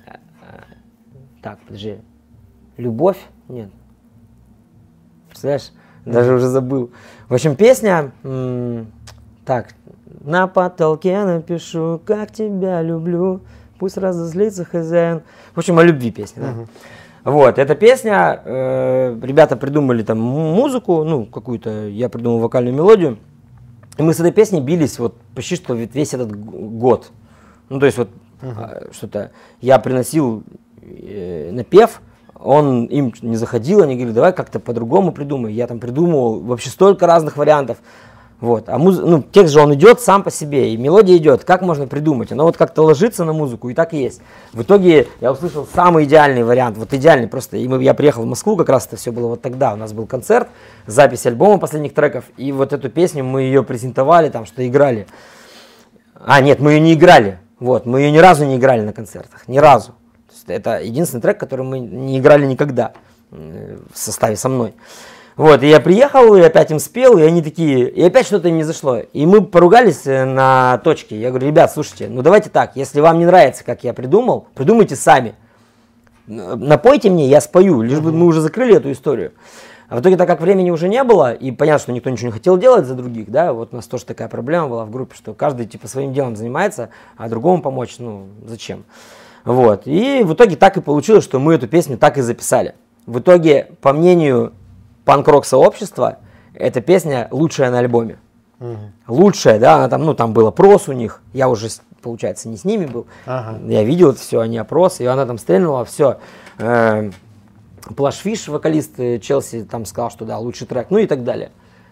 S2: Так, подожди. Любовь? Нет. Представляешь? Даже уже забыл. В общем, песня... М- так. На потолке напишу, как тебя люблю. Пусть разозлится хозяин. В общем, о любви песня. Да? Uh-huh. Вот, эта песня, э, ребята придумали там музыку, ну, какую-то, я придумал вокальную мелодию, и мы с этой песней бились вот почти что весь этот год. Ну, то есть вот uh-huh. что-то, я приносил э, напев, он им не заходил, они говорили, давай как-то по-другому придумай. Я там придумывал вообще столько разных вариантов. Вот. А муз... ну, текст же он идет сам по себе, и мелодия идет. Как можно придумать? Она вот как-то ложится на музыку, и так и есть. В итоге я услышал самый идеальный вариант, вот идеальный просто. И мы, я приехал в Москву, как раз это все было вот тогда. У нас был концерт, запись альбома последних треков, и вот эту песню мы ее презентовали, там что играли. А, нет, мы ее не играли. Вот, мы ее ни разу не играли на концертах, ни разу. То есть это единственный трек, который мы не играли никогда в составе со мной. Вот, и я приехал, и опять им спел, и они такие, и опять что-то им не зашло. И мы поругались на точке. Я говорю, ребят, слушайте, ну давайте так, если вам не нравится, как я придумал, придумайте сами. Напойте мне, я спою, лишь бы мы уже закрыли эту историю. А в итоге, так как времени уже не было, и понятно, что никто ничего не хотел делать за других, да, вот у нас тоже такая проблема была в группе, что каждый типа своим делом занимается, а другому помочь, ну, зачем? Вот, и в итоге так и получилось, что мы эту песню так и записали. В итоге, по мнению панк-рок сообщества, эта песня лучшая на альбоме. Угу. Лучшая, да, она там, ну, там был опрос у них, я уже, получается, не с ними был, ага. Я видел это все, они опросы, и она там стрельнула, все. Плаш Фиш, вокалист Челси, там сказал, что да, лучший трек, ну и так далее.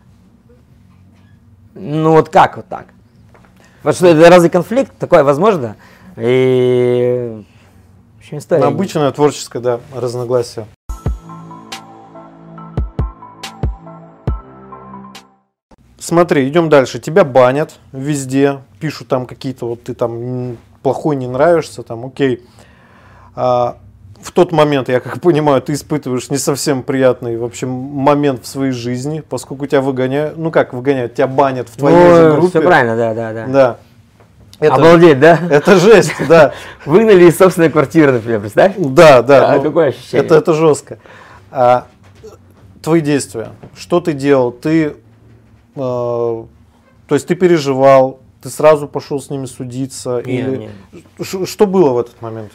S2: Ну вот как вот так? Вот что, это разве конфликт? Такое возможно? И... В общем, история.
S1: Обычное творческое, да, разногласие. Смотри, идем дальше. Тебя банят везде, пишут там какие-то, вот ты там плохой, не нравишься, там, окей. А, в тот момент, я как понимаю, ты испытываешь не совсем приятный, в общем, момент в своей жизни, поскольку тебя выгоняют, ну как выгоняют, тебя банят в твоей
S2: ну,
S1: же группе.
S2: Все правильно, да, да, да.
S1: Да.
S2: Это, Обалдеть, да?
S1: Это жесть, да.
S2: Выгнали из собственной квартиры, например, представь?
S1: Да, да.
S2: А
S1: ну,
S2: какое ощущение?
S1: Это, это жестко. А, твои действия, что ты делал? Ты... То есть ты переживал, ты сразу пошел с ними судиться? Нет, или... нет. Что было в этот момент?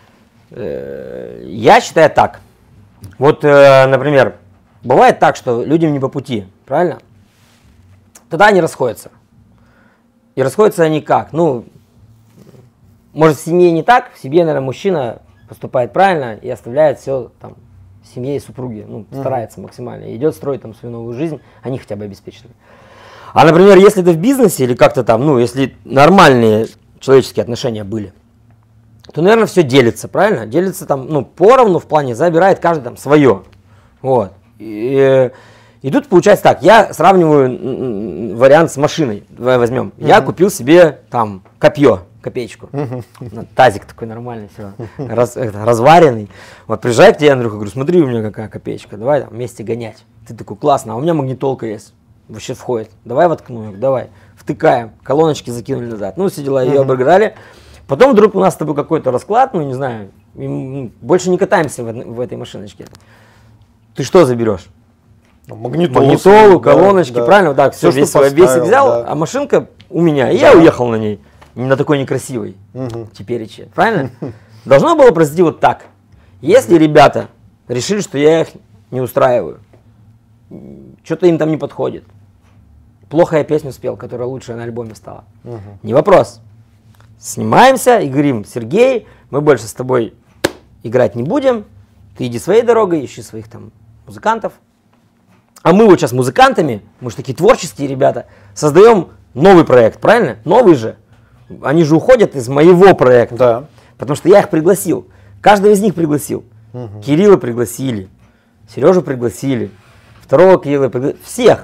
S2: Я считаю так. Вот, например, бывает так, что людям не по пути, правильно? Тогда они расходятся. И расходятся они как? Ну, может, в семье не так, в семье, наверное, мужчина поступает правильно и оставляет все там семье и супруге, ну, старается максимально, и идет строить там свою новую жизнь, они хотя бы обеспечены. А, например, если ты в бизнесе или как-то там, ну, если нормальные человеческие отношения были, то, наверное, все делится, правильно? Делится там, ну, поровну в плане, забирает каждый там свое. Вот. И, и тут получается так, я сравниваю вариант с машиной, давай возьмем. Uh-huh. Я купил себе там копье, копеечку, uh-huh. тазик такой нормальный, все, раз, это, разваренный. Вот приезжай к тебе, Андрюха, говорю, смотри, у меня какая копеечка, давай там вместе гонять. Ты такой, классно, а у меня магнитолка есть, вообще входит, давай воткну, давай, втыкаем, колоночки закинули назад. Ну, все дела, ее uh-huh. обыграли, Потом вдруг у нас с тобой какой-то расклад, ну не знаю, больше не катаемся в, в этой машиночке. Ты что заберешь?
S1: Магнитолу,
S2: Магнитолу, колоночки,
S1: да,
S2: правильно? Так, все,
S1: все
S2: весь,
S1: что
S2: весь
S1: поставил,
S2: взял,
S1: да.
S2: а машинка у меня, и
S1: Да.
S2: я уехал на ней. На такой некрасивой.
S1: Угу.
S2: Теперь, правильно? Должно было произойти вот так. Если ребята решили, что я их не устраиваю, что-то им там не подходит, плохо я песню спел, которая лучшая на альбоме стала,
S1: Угу.
S2: не вопрос. Снимаемся и говорим: Сергей, мы больше с тобой играть не будем, ты иди своей дорогой, ищи своих там музыкантов. А мы вот сейчас музыкантами, мы же такие творческие ребята, создаем новый проект, правильно? Новый же. Они же уходят из моего проекта.
S1: Да.
S2: Потому что я их пригласил. Каждого из них пригласил.
S1: Угу.
S2: Кирилла пригласили, Сережу пригласили, второго Кирилла пригласили. Всех.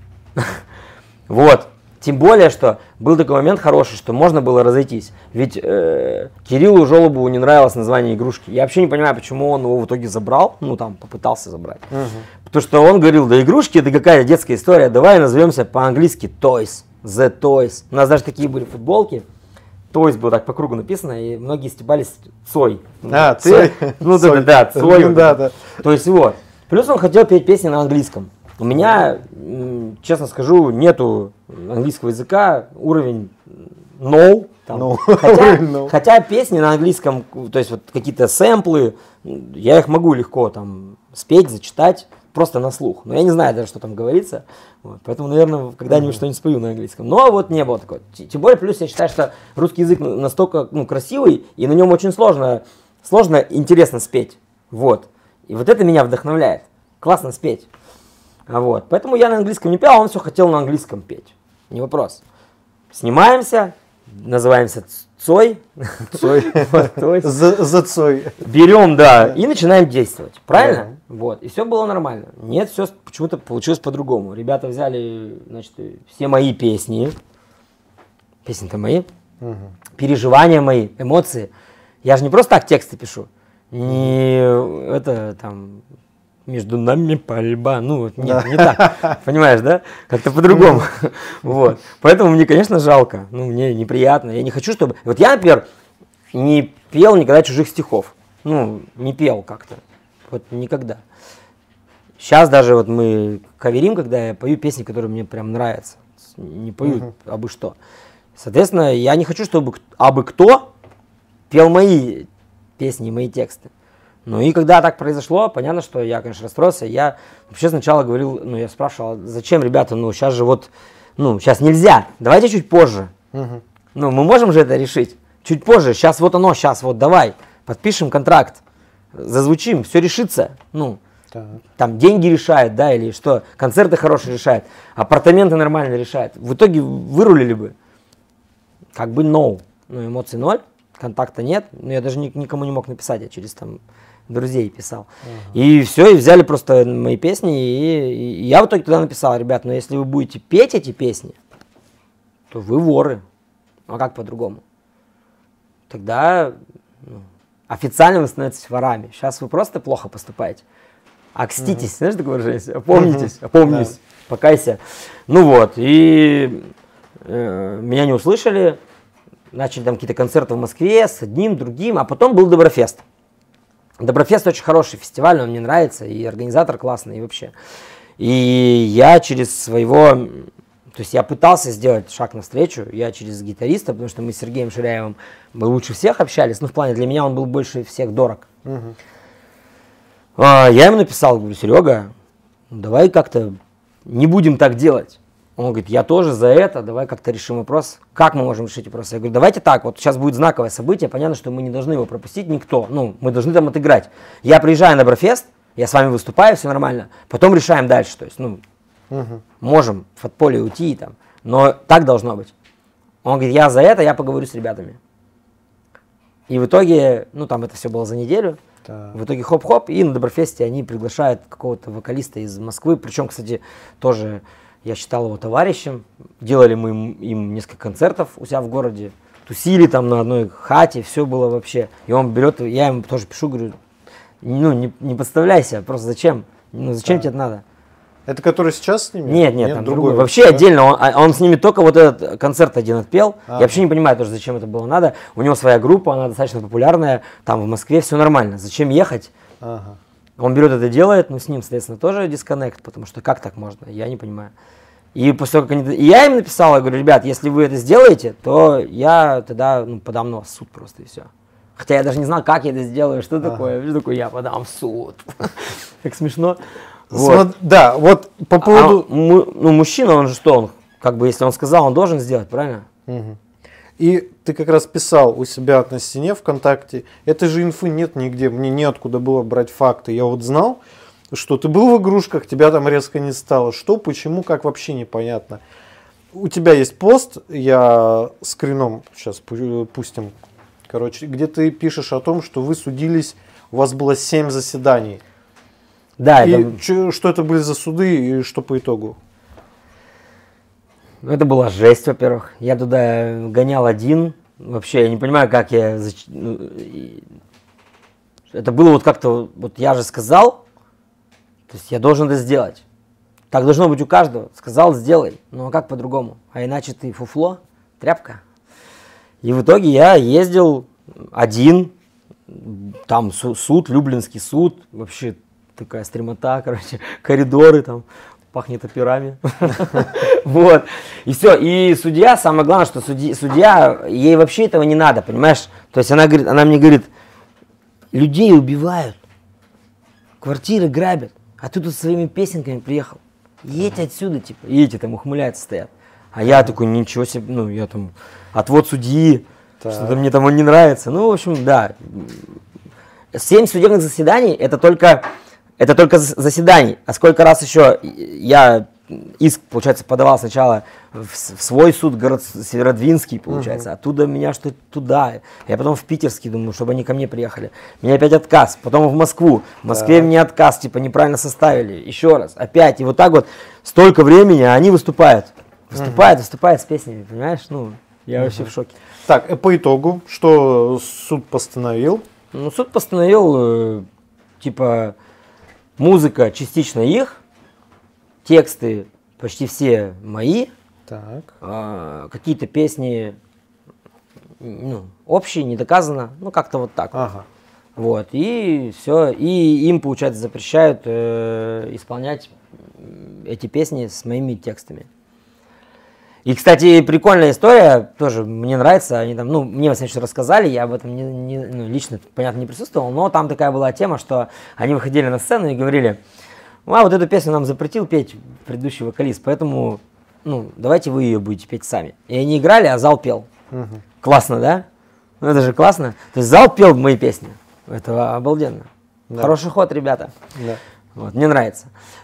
S2: Вот. Тем более, что был такой момент хороший, что можно было разойтись. Ведь э, Кириллу Жолобову не нравилось название игрушки. Я вообще не понимаю, почему он его в итоге забрал. Ну, там, попытался забрать.
S1: Угу.
S2: Потому что он говорил: да игрушки это какая детская история, давай назовемся по-английски Toys. The Toys. У нас даже такие были футболки. Toys было так по кругу написано, и многие стебались Цой.
S1: А,
S2: Цой.
S1: Цой.
S2: Ну, да, да, Цой.
S1: Да, да.
S2: То есть вот. Плюс он хотел петь песни на английском. У меня, честно скажу, нету английского языка, уровень no. Там.
S1: No.
S2: Хотя,
S1: No.
S2: хотя песни на английском, то есть вот какие-то сэмплы, я их могу легко там спеть, зачитать, просто на слух. Но я не знаю даже, что там говорится. Вот. Поэтому, наверное, когда-нибудь mm-hmm. что-нибудь спою на английском. Но вот не было такого. Тем более, плюс я считаю, что русский язык настолько ну, красивый, и на нем очень сложно, сложно интересно спеть. Вот. И вот это меня вдохновляет. Классно спеть. А вот. Поэтому я на английском не пел, а он все хотел на английском петь. Не вопрос. Снимаемся, называемся Цой.
S1: Цой. За, за Цой.
S2: Берем, да, и начинаем действовать. Правильно? Вот. И все было нормально. Нет, все почему-то получилось по-другому. Ребята взяли, значит, все мои песни. Песни-то мои.
S1: Угу.
S2: Переживания мои, эмоции. Я же не просто так тексты пишу. Не это там... Между нами пальба. Ну, нет, да. не так. Понимаешь, да? Как-то по-другому. Вот. Поэтому мне, конечно, жалко. Ну, мне неприятно. Я не хочу, чтобы... Вот я, например, не пел никогда чужих стихов. Ну, не пел как-то. Вот никогда. Сейчас даже вот мы каверим, когда я пою песни, которые мне прям нравятся. Не пою uh-huh. абы что. Соответственно, я не хочу, чтобы абы кто пел мои песни, мои тексты. Ну и когда так произошло, понятно, что я, конечно, расстроился. Я вообще сначала говорил, ну я спрашивал, зачем, ребята, ну сейчас же вот, ну сейчас нельзя, давайте чуть позже. Угу. Ну мы можем же это решить чуть позже, сейчас вот оно, сейчас вот давай, подпишем контракт, зазвучим, все решится. Ну, так. Там деньги решают, да, или что, концерты хорошие решают, апартаменты нормально решают. В итоге вырулили бы. Как бы no, ну эмоций ноль, контакта нет, ну я даже никому не мог написать, я через там... друзей писал. Uh-huh. И все, и взяли просто мои песни, и, и я в итоге туда написал: ребят, ну если вы будете петь эти песни, то вы воры. А как по-другому? Тогда ну, официально вы становитесь ворами. Сейчас вы просто плохо поступаете. Окститесь, uh-huh. знаешь такое выражение? Опомнитесь, uh-huh. опомнись, yeah. покайся. Ну вот, и э, меня не услышали, начали там какие-то концерты в Москве с одним, другим, а потом был Доброфест. Доброфест очень хороший фестиваль, он мне нравится, и организатор классный, и вообще. И я через своего, то есть я пытался сделать шаг навстречу, я через гитариста, потому что мы с Сергеем Ширяевым мы лучше всех общались, ну в плане для меня он был больше всех дорог. Угу. А, я ему написал, говорю: Серега, давай как-то не будем так делать. Он говорит: я тоже за это, давай как-то решим вопрос. Как мы можем решить вопрос? Я говорю: давайте так, вот сейчас будет знаковое событие, понятно, что мы не должны его пропустить никто, ну, мы должны там отыграть. Я приезжаю на Доброфест, я с вами выступаю, все нормально, потом решаем дальше, то есть, ну, угу. можем в подполье уйти там, но так должно быть. Он говорит: я за это, я поговорю с ребятами. И в итоге, ну, там это все было за неделю, да. В итоге хоп-хоп, и на Доброфесте они приглашают какого-то вокалиста из Москвы, причем, кстати, тоже... Я считал его товарищем, делали мы им, им несколько концертов у себя в городе, тусили там на одной хате, все было вообще. И он берет, я ему тоже пишу, говорю: ну не, не подставляйся, просто зачем? Ну зачем да. тебе это надо?
S1: Это который сейчас с ними?
S2: Нет, нет, нет там другой. Вообще
S1: да?
S2: отдельно, он, он с ними только вот этот концерт один отпел. А. Я вообще не понимаю тоже, зачем это было надо. У него своя группа, она достаточно популярная, там в Москве все нормально. Зачем ехать?
S1: Ага.
S2: Он берет это делает, но с ним, соответственно, тоже дисконнект, потому что как так можно, я не понимаю. И после того, как они... И я им написал, я говорю, ребят, если вы это сделаете, то я тогда ну, подам на вас в суд просто и все. Хотя я даже не знал, как я это сделаю, что ага. такое. Что такое, я подам в суд. Так смешно.
S1: Вот. Да, вот по поводу...
S2: А, ну, мужчина, он же что, он, как бы, если он сказал, он должен сделать, правильно?
S1: Угу. И ты как раз писал у себя на стене ВКонтакте, этой же инфы нет нигде, мне неоткуда было брать факты. Я вот знал, что ты был в игрушках, тебя там резко не стало. Что, почему, как, вообще непонятно. У тебя есть пост, я скрином сейчас пустим, короче, где ты пишешь о том, что вы судились, у вас было семь заседаний.
S2: Да,
S1: и
S2: это...
S1: Ч, что это были за суды и что по итогу?
S2: Ну, это была жесть, во-первых. Я туда гонял один. Вообще, я не понимаю, как я... Это было вот как-то... Вот я же сказал, то есть я должен это сделать. Так должно быть у каждого. Сказал, сделай. Ну, а как по-другому? А иначе ты фуфло, тряпка. И в итоге я ездил один. Там суд, Люблинский суд. Вообще... Такая стремота, короче, коридоры там, пахнет операми. Вот. И все. И судья, самое главное, что судья, судья, ей вообще этого не надо, понимаешь? То есть она говорит, она мне говорит, людей убивают, квартиры грабят, а ты тут своими песенками приехал. Едь отсюда, типа. И эти там ухмыляются, стоят. А я такой, ничего себе, ну, я там, отвод судьи, что-то мне там он не нравится. Ну, в общем, да. Семь судебных заседаний, это только... Это только заседаний. А сколько раз еще я иск, получается, подавал сначала в, в свой суд, город Северодвинский, получается. Uh-huh. Оттуда меня что-то туда. Я потом в Питерский, думаю, чтобы они ко мне приехали. Меня опять отказ. Потом в Москву. В Москве uh-huh. мне отказ, типа, неправильно составили. Еще раз. Опять. И вот так вот столько времени, а они выступают. Выступают, uh-huh. выступают с песнями, понимаешь? Ну, я uh-huh. вообще в шоке.
S1: Так, по итогу, что суд постановил?
S2: Ну, суд постановил, э, типа... Музыка частично их, тексты почти все мои,
S1: так.
S2: а, какие-то песни ну, общие, не доказано, ну как-то вот так.
S1: Ага.
S2: Вот, и все, и им, получается, запрещают э, исполнять эти песни с моими текстами. И, кстати, прикольная история, тоже мне нравится, они там, ну, мне, во всяком случае, рассказали, я об этом не, не, ну, лично, понятно, не присутствовал, но там такая была тема, что они выходили на сцену и говорили, а вот эту песню нам запретил петь предыдущий вокалист, поэтому, ну, давайте вы ее будете петь сами. И они играли, а зал пел. Угу. Классно, да? Ну, это же классно. То есть зал пел мои песни. Это обалденно. Да. Хороший ход, ребята. Да. Вот, мне нравится.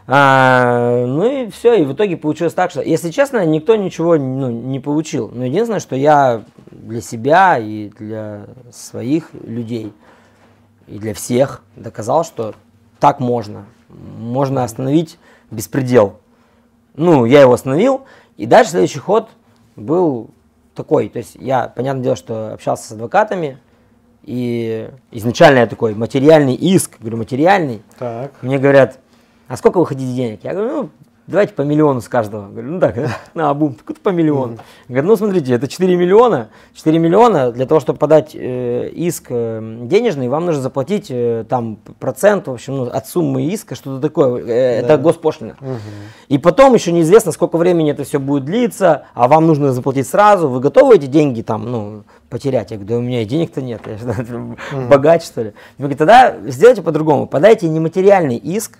S2: А, ну и все, и в итоге получилось так, что, если честно, никто ничего ну, не получил. Но единственное, что я для себя и для своих людей, и для всех доказал, что так можно. Можно остановить беспредел. Ну, я его остановил, и дальше следующий ход был такой. То есть я, понятное дело, что общался с адвокатами, и изначально я такой, материальный иск, говорю, материальный. Так. Мне говорят, а сколько вы хотите денег? Я говорю, ну, давайте по миллиону с каждого. Говорю, ну так, на обум, так по миллиону. Говорят, ну смотрите, это четыре миллиона. четыре миллиона для того, чтобы подать э, иск э, денежный, вам нужно заплатить э, там процент, в общем, ну, от суммы иска, что-то такое. Э, да. Это госпошлина. Угу. И потом еще неизвестно, сколько времени это все будет длиться, а вам нужно заплатить сразу. Вы готовы эти деньги там, ну, потерять? Я говорю, да у меня и денег-то нет, я что, угу. богач, что ли. Мне говорят, тогда сделайте по-другому. Подайте нематериальный иск,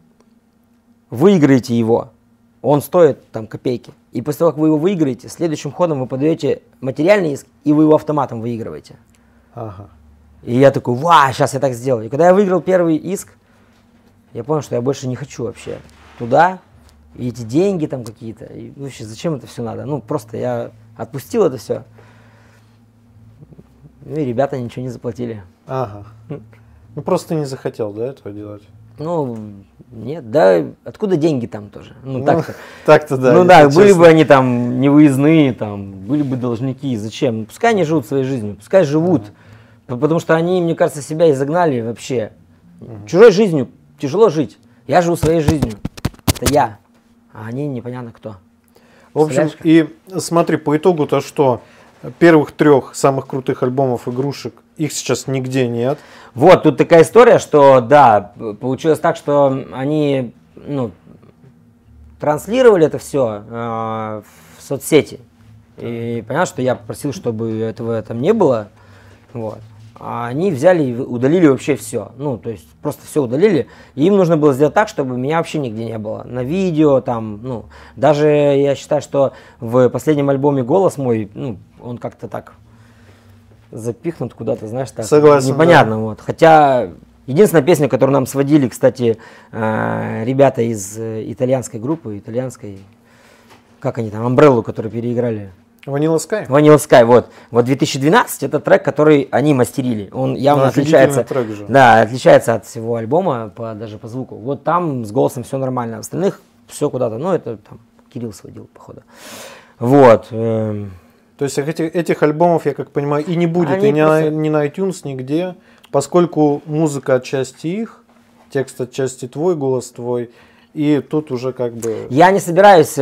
S2: выиграете его, он стоит там копейки. И после того, как вы его выиграете, следующим ходом вы подаете материальный иск, и вы его автоматом выигрываете. Ага. И я такой, ва, сейчас я так сделаю. И когда я выиграл первый иск, я понял, что я больше не хочу вообще туда, и эти деньги там какие-то. И вообще, зачем это все надо? Ну, просто я отпустил это все. Ну и ребята ничего не заплатили. Ага.
S1: Ну просто не захотел, да, этого делать?
S2: Ну, нет, да, откуда деньги там тоже? Ну, ну так-то.
S1: Так-то, да.
S2: Ну да, были честно. бы они там невыездные, там, были бы должники, зачем? Ну, пускай они живут своей жизнью, пускай живут, ага. потому что они, мне кажется, себя изогнали вообще. Ага. Чужой жизнью тяжело жить, я живу своей жизнью. Это это я, а они непонятно кто.
S1: В общем, и смотри, по итогу-то что? Первых трех самых крутых альбомов игрушек, их сейчас нигде нет.
S2: Вот, тут такая история, что да, получилось так, что они, ну, транслировали это все э, в соцсети. И понятно, что я попросил, чтобы этого там не было. Вот. А они взяли и удалили вообще все. Ну, то есть просто все удалили. И им нужно было сделать так, чтобы меня вообще нигде не было. На видео там, ну, даже я считаю, что в последнем альбоме голос мой, ну, он как-то так запихнут куда-то, знаешь, так.
S1: Согласен,
S2: непонятно,
S1: да.
S2: Вот. Хотя единственная песня, которую нам сводили, кстати, ребята из итальянской группы, итальянской, как они там, Umbrella, которые переиграли.
S1: Vanilla Sky?
S2: Vanilla Sky, вот. Вот две тысячи двенадцатый это трек, который они мастерили. Он явно
S1: ну,
S2: отличается.
S1: Трек же.
S2: Да, отличается от всего альбома, по, даже по звуку. Вот там с голосом все нормально. Остальных все куда-то. Ну, это там Кирилл сводил, походу. Вот.
S1: То есть этих, этих альбомов, я как понимаю, и не будет,
S2: они
S1: и ни,
S2: просто...
S1: ни на iTunes, нигде. Поскольку музыка отчасти их, текст отчасти твой, голос твой. И тут уже как бы...
S2: Я не собираюсь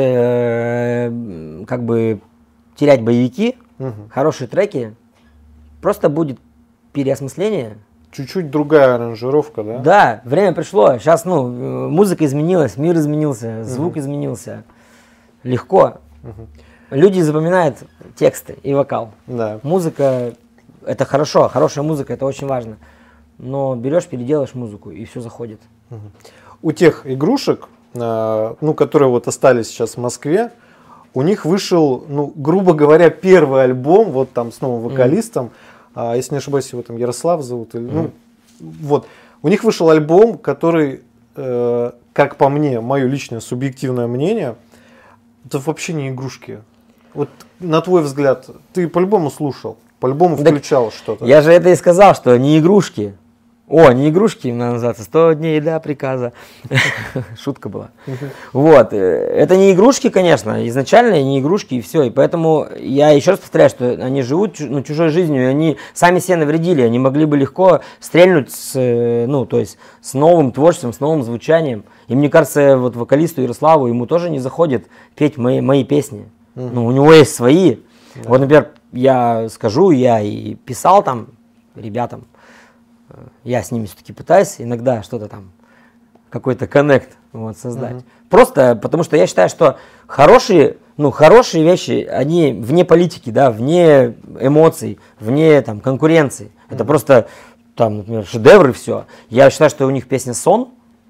S2: э, как бы... терять боевики, угу. Хорошие треки, просто будет переосмысление.
S1: Чуть-чуть другая аранжировка, да?
S2: Да, время пришло. Сейчас, ну, музыка изменилась, мир изменился, звук угу. изменился. Легко. Угу. Люди запоминают тексты и вокал.
S1: Да.
S2: Музыка – это хорошо, хорошая музыка – это очень важно. Но берешь, переделаешь музыку, и все заходит.
S1: Угу. У тех игрушек, ну, которые вот остались сейчас в Москве, у них вышел, ну, грубо говоря, первый альбом, вот там с новым вокалистом, mm-hmm. а, если не ошибаюсь, его там Ярослав зовут, или, mm-hmm. ну, вот. У них вышел альбом, который, э, как по мне, мое личное субъективное мнение, это вообще не игрушки. Вот на твой взгляд, ты по-любому слушал, по-любому включал так что-то.
S2: Я же это и сказал, что не игрушки. О, не игрушки, им надо называться, сто дней до приказа. Шутка была. Вот, это не игрушки, конечно, изначально не игрушки и все. И поэтому я еще раз повторяю, что они живут ну, чужой жизнью, и они сами себе навредили. Они могли бы легко стрельнуть с, ну, то есть, с новым творчеством, с новым звучанием. И мне кажется, вот вокалисту Ярославу, ему тоже не заходит петь мои, мои песни. Mm-hmm. Ну, у него есть свои. Yeah. Вот, например, я скажу, я и писал там ребятам, я с ними все-таки пытаюсь иногда что-то там, какой-то коннект вот, создать. Uh-huh. Просто потому что я считаю, что хорошие, ну, хорошие вещи, они вне политики, да, вне эмоций, вне там, конкуренции. Uh-huh. Это просто, там, например, шедевры и все. Я считаю, что у них песня «Сон»,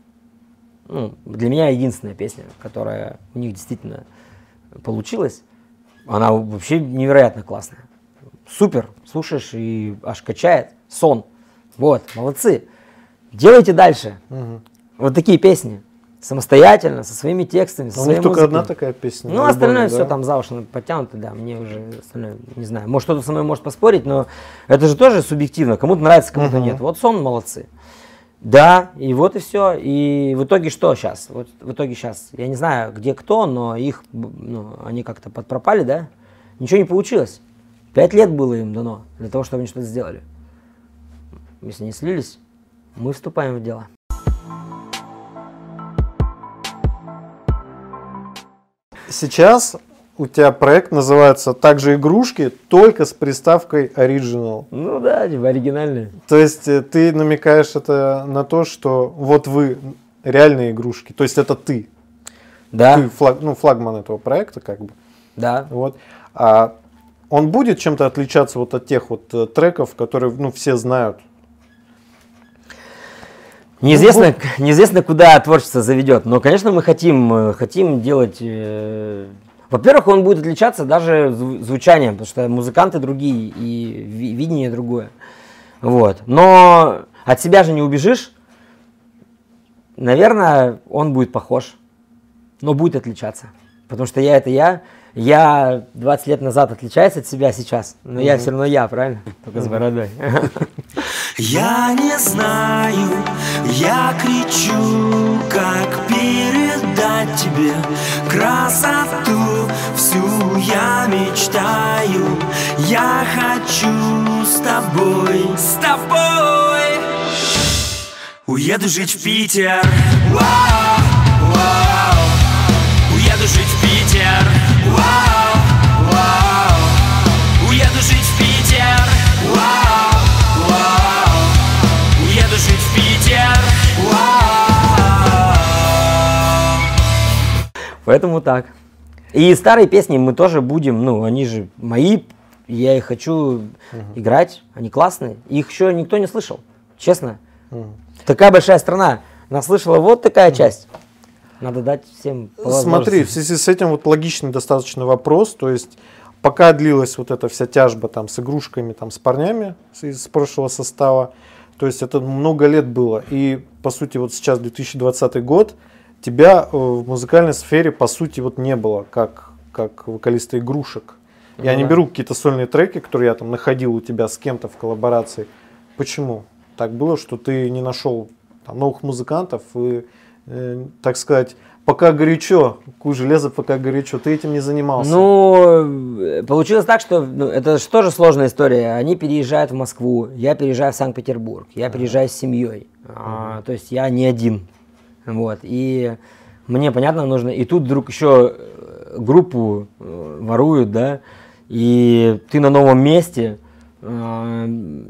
S2: ну, для меня единственная песня, которая у них действительно получилась. Она вообще невероятно классная. Супер, слушаешь и аж качает. «Сон». Вот, молодцы. Делайте дальше. Угу. Вот такие песни. Самостоятельно, со своими текстами, со
S1: а
S2: своей
S1: у них только
S2: музыкой.
S1: одна такая песня.
S2: Ну, остальное да? все там за уши подтянуто, да. Мне уже остальное, не знаю. Может, кто-то со мной может поспорить, но это же тоже субъективно. Кому-то нравится, кому-то угу. нет. Вот «Сон», молодцы. Да, и вот и все. И в итоге что сейчас? Вот в итоге сейчас, я не знаю, где кто, но их, ну, они как-то подпропали, да? Ничего не получилось. Пять лет было им дано для того, чтобы они что-то сделали. Если не слились, мы вступаем в дело.
S1: Сейчас у тебя проект называется также «Игрушки», только с приставкой «Original».
S2: Ну да, типа оригинальные.
S1: То есть ты намекаешь это на то, что вот вы реальные игрушки, то есть это ты.
S2: Да.
S1: Ты флаг, ну, флагман этого проекта как бы.
S2: Да.
S1: Вот. А он будет чем-то отличаться вот от тех вот треков, которые, ну, все знают?
S2: Неизвестно, неизвестно, куда творчество заведет, но, конечно, мы хотим, хотим делать... Э, во-первых, он будет отличаться даже звучанием, потому что музыканты другие и видение другое. Вот. Но от себя же не убежишь. Наверное, он будет похож, но будет отличаться. Потому что я это я. Я двадцать лет назад отличаюсь от себя сейчас, но mm-hmm. я все равно я, правильно? Только с бородой.
S3: Я не знаю, я кричу, как передать тебе красоту всю я мечтаю. Я хочу с тобой, с тобой уеду жить в Питер. Вау, вау. Уеду жить в Питер. Вау, вау. Уеду жить в Питер. Вау, вау. Уеду жить в Питер. Вау.
S2: Поэтому так. И старые песни мы тоже будем, ну, они же мои, я их хочу угу. играть, они классные. Их еще никто не слышал, честно. Угу. Такая большая страна, наслышала вот такая угу. часть. Надо дать всем по возможности.
S1: Смотри, в связи с этим вот логичный достаточно вопрос, то есть пока длилась вот эта вся тяжба там с игрушками, там с парнями из прошлого состава, то есть это много лет было, и по сути вот сейчас две тысячи двадцатый год, тебя в музыкальной сфере по сути вот не было, как, как вокалиста игрушек. Я ну, не да. беру какие-то сольные треки, которые я там находил у тебя с кем-то в коллаборации. Почему так было, что ты не нашел там новых музыкантов и, э, так сказать, пока горячо, ку железо пока горячо, ты этим не занимался?
S2: Ну, получилось так, что ну, это же тоже сложная история. Они переезжают в Москву, я переезжаю в Санкт-Петербург, я переезжаю с семьей. Uh-huh. А, то есть я не один. Вот, и мне, понятно, нужно, и тут вдруг еще группу воруют, да, и ты на новом месте, э,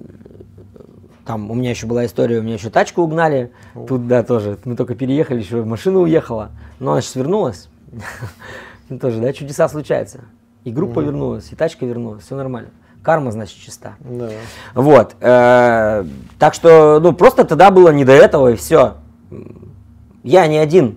S2: там у меня еще была история, у меня еще тачку угнали, oh. тут, да, тоже, мы только переехали, еще машина уехала, но она сейчас вернулась, тоже, да, чудеса случаются, и группа вернулась, и тачка вернулась, все нормально. Карма, значит, чиста.
S1: Да.
S2: Вот, э, так что, ну, просто тогда было не до этого, и все. Я не один,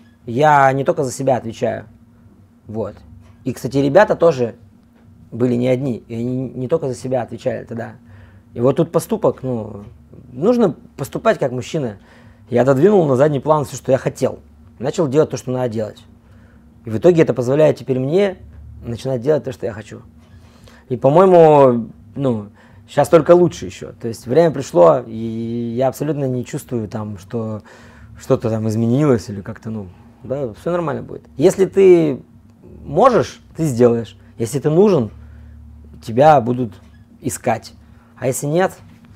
S2: я не только за себя отвечаю, вот. И, кстати, ребята тоже были не одни, и они не только за себя отвечали тогда. И вот тут поступок, ну, нужно поступать как мужчина. Я отодвинул на задний план все, что я хотел, начал делать то, что надо делать. И в итоге это позволяет теперь мне начинать делать то, что я хочу. И, по-моему, ну, сейчас только лучше еще. То есть время пришло, и я абсолютно не чувствую там, что... что-то там изменилось или как-то, ну, да, все нормально будет. Если ты можешь, ты сделаешь. Если ты нужен, тебя будут искать. А если нет,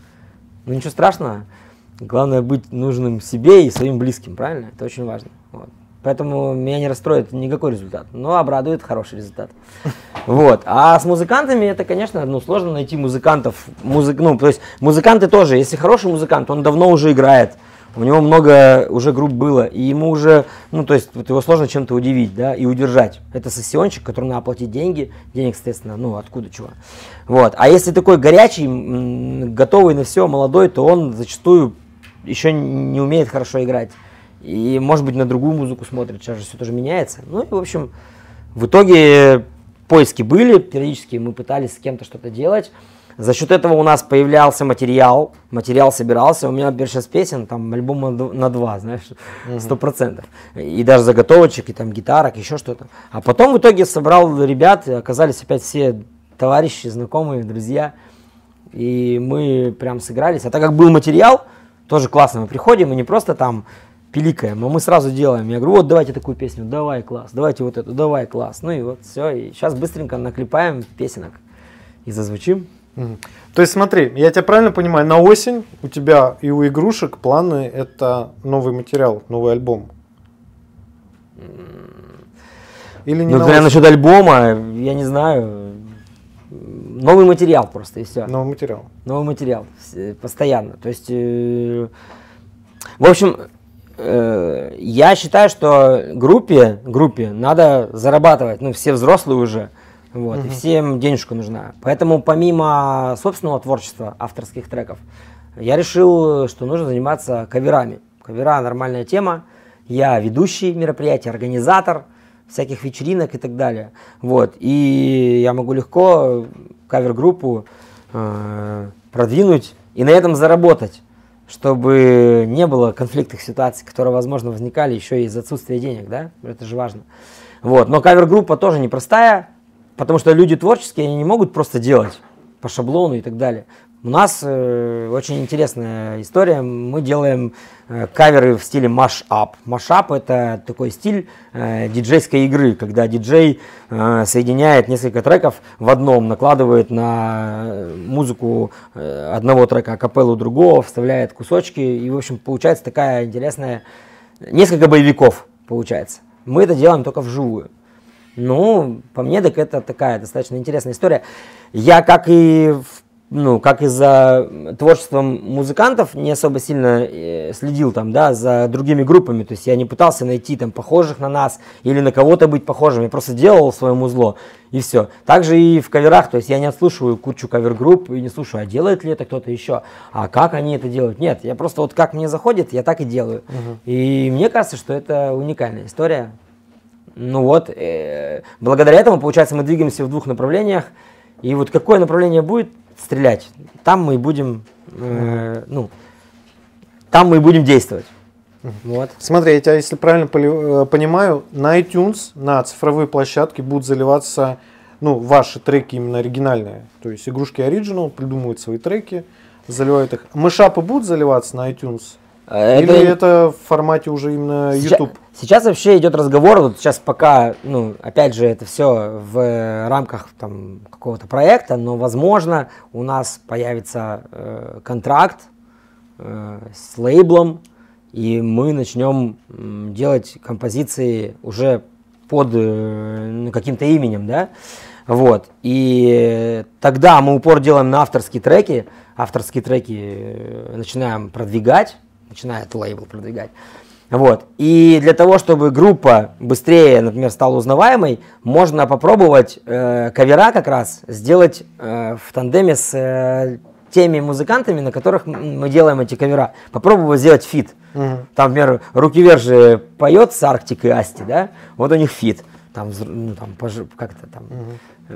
S2: ну ничего страшного. Главное быть нужным себе и своим близким, правильно? Это очень важно. Вот. Поэтому меня не расстроит никакой результат, но обрадует хороший результат. Вот. А с музыкантами это, конечно, ну, сложно найти музыкантов. Музык, ну, то есть музыканты тоже, если хороший музыкант, он давно уже играет. У него много уже групп было, и ему уже, ну, то есть, вот его сложно чем-то удивить, да, и удержать. Это сессионщик, которому надо платить деньги, денег, соответственно, ну, откуда, чего. Вот. А если такой горячий, готовый на все, молодой, то он зачастую еще не умеет хорошо играть. И, может быть, на другую музыку смотрит, сейчас же все тоже меняется. Ну, и, в общем, в итоге поиски были, периодически мы пытались с кем-то что-то делать. За счет этого у нас появлялся материал, материал собирался, у меня, например, сейчас песен, там, альбома на два, знаешь, сто процентов. И даже заготовочек, и там гитарок, еще что-то. А потом в итоге собрал ребят, и оказались опять все товарищи, знакомые, друзья. И мы прям сыгрались. А так как был материал, тоже классно, мы приходим и не просто там пиликаем, а мы сразу делаем. Я говорю, вот давайте такую песню, давай, класс, давайте вот эту, давай, класс. Ну и вот все, и сейчас быстренько наклепаем песенок и зазвучим.
S1: Угу. То есть смотри, я тебя правильно понимаю, на осень у тебя и у игрушек планы это новый материал, новый альбом? Или не
S2: ну, прям насчет альбома, я не знаю, новый материал просто и все.
S1: Новый материал.
S2: Новый материал, постоянно. То есть, э, в общем, э, я считаю, что группе, группе надо зарабатывать, ну все взрослые уже. Вот, uh-huh. И всем денежка нужна. Поэтому помимо собственного творчества, авторских треков, я решил, что нужно заниматься каверами. Кавера – нормальная тема. Я ведущий мероприятий, организатор всяких вечеринок и так далее. Вот, и я могу легко кавер-группу э, продвинуть и на этом заработать, чтобы не было конфликтных ситуаций, которые, возможно, возникали еще из отсутствия денег. Да? Это же важно. Вот, но кавер-группа тоже непростая. Потому что люди творческие, они не могут просто делать по шаблону и так далее. У нас э, очень интересная история. Мы делаем э, каверы в стиле маш-ап. Маш-ап – это такой стиль э, диджейской игры, когда диджей э, соединяет несколько треков в одном, накладывает на музыку э, одного трека акапеллу другого, вставляет кусочки. И, в общем, получается такая интересная… Несколько боевиков получается. Мы это делаем только вживую. Ну, по мне, так это такая достаточно интересная история. Я, как и, ну, как и за творчеством музыкантов, не особо сильно э, следил там, да, за другими группами. То есть я не пытался найти там похожих на нас или на кого-то быть похожим. Я просто делал свое музло и все. Также и в каверах. То есть я не отслушиваю кучу кавер-групп и не слушаю, а делает ли это кто-то еще, а как они это делают. Нет, я просто вот как мне заходит, я так и делаю. Угу. И мне кажется, что это уникальная история. Ну вот, э, благодаря этому, получается, мы двигаемся в двух направлениях, и вот какое направление будет стрелять, там мы и будем, э, ну, там мы и будем действовать. Вот.
S1: Смотри, я тебя, если правильно поли- понимаю, на iTunes, на цифровые площадки будут заливаться, ну, ваши треки именно оригинальные, то есть игрушки Original придумывают свои треки, заливают их. Мышапы будут заливаться на iTunes? Это... Или это в формате уже именно YouTube?
S2: Сейчас, сейчас вообще идет разговор, вот сейчас пока, ну, опять же, это все в рамках там какого-то проекта, но, возможно, у нас появится э, контракт э, с лейблом, и мы начнем э, делать композиции уже под э, каким-то именем, да, вот, и тогда мы упор делаем на авторские треки, авторские треки э, начинаем продвигать, начинает лейбл продвигать. Вот. И для того, чтобы группа быстрее, например, стала узнаваемой, можно попробовать э, кавера как раз сделать э, в тандеме с э, теми музыкантами, на которых мы делаем эти кавера. Попробовать сделать фит. Угу. Там, например, Руки Вверх же поет с Арктик и Асти, да? Вот у них фит. Там, ну, там как-то там угу.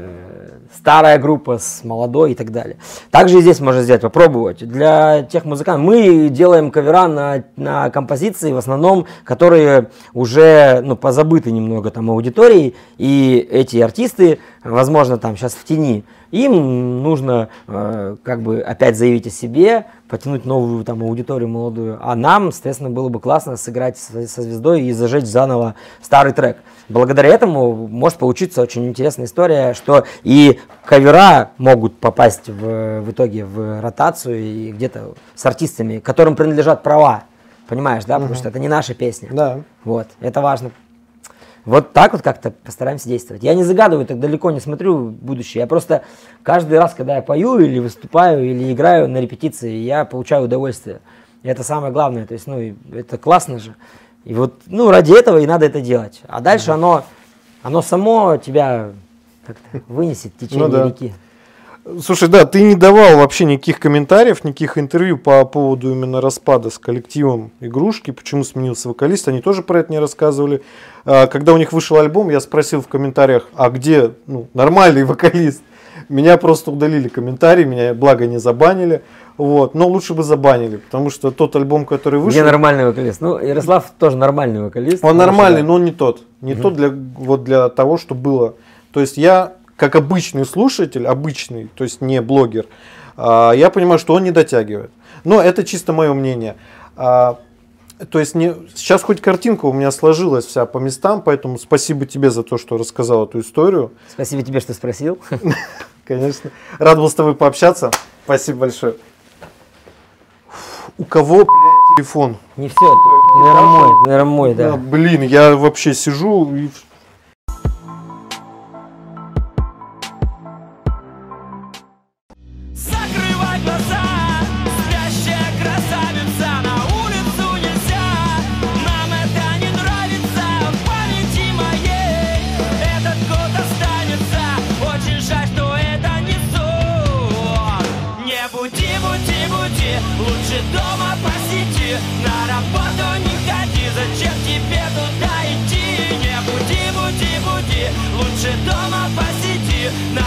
S2: э, старая группа с молодой и так далее. Также и здесь можно сделать, попробовать. Для тех музыкантов мы делаем кавера на, на композиции, в основном, которые уже, ну, позабыты немного там аудиторией, и эти артисты, возможно, там сейчас в тени, им нужно э, как бы опять заявить о себе, потянуть новую там аудиторию молодую, а нам, соответственно, было бы классно сыграть со, со звездой и зажечь заново старый трек. Благодаря этому может получиться очень интересная история, что и кавера могут попасть в, в итоге в ротацию и где-то с артистами, которым принадлежат права, понимаешь, да, потому угу. что это не наша песня.
S1: Да.
S2: Вот, это важно. Вот так вот как-то постараемся действовать. Я не загадываю, так далеко не смотрю будущее. Я просто каждый раз, когда я пою или выступаю, или играю на репетиции, я получаю удовольствие. И это самое главное. То есть, ну, это классно же. И вот, ну, ради этого и надо это делать. А дальше mm-hmm. оно, оно само тебя как-то вынесет течение
S1: ну, да.
S2: реки.
S1: Слушай, да, ты не давал вообще никаких комментариев, никаких интервью по поводу именно распада с коллективом «Игрушки», почему сменился вокалист, они тоже про это не рассказывали. Когда у них вышел альбом, я спросил в комментариях, а где, ну, нормальный вокалист? Меня просто удалили комментарии, меня, благо, не забанили. Вот, но лучше бы забанили, потому что тот альбом, который вышел...
S2: Где нормальный вокалист? Ну, Ярослав тоже нормальный вокалист.
S1: Он нормальный, да. но он не тот. Не угу. тот для, вот для того, что было. То есть я... как обычный слушатель, обычный, то есть не блогер, я понимаю, что он не дотягивает. Но это чисто мое мнение. То есть не, сейчас хоть картинка у меня сложилась вся по местам, поэтому спасибо тебе за то, что рассказал эту историю.
S2: Спасибо тебе, что спросил.
S1: Конечно. Рад был с тобой пообщаться. Спасибо большое. У кого, блядь, телефон?
S2: Не все, наверное, мой, наверное, мой, да.
S1: А, блин, я вообще сижу и...
S3: Лучше дома посиди, на работу не ходи, зачем тебе туда идти? Не буди, буди, буди, лучше дома посиди, на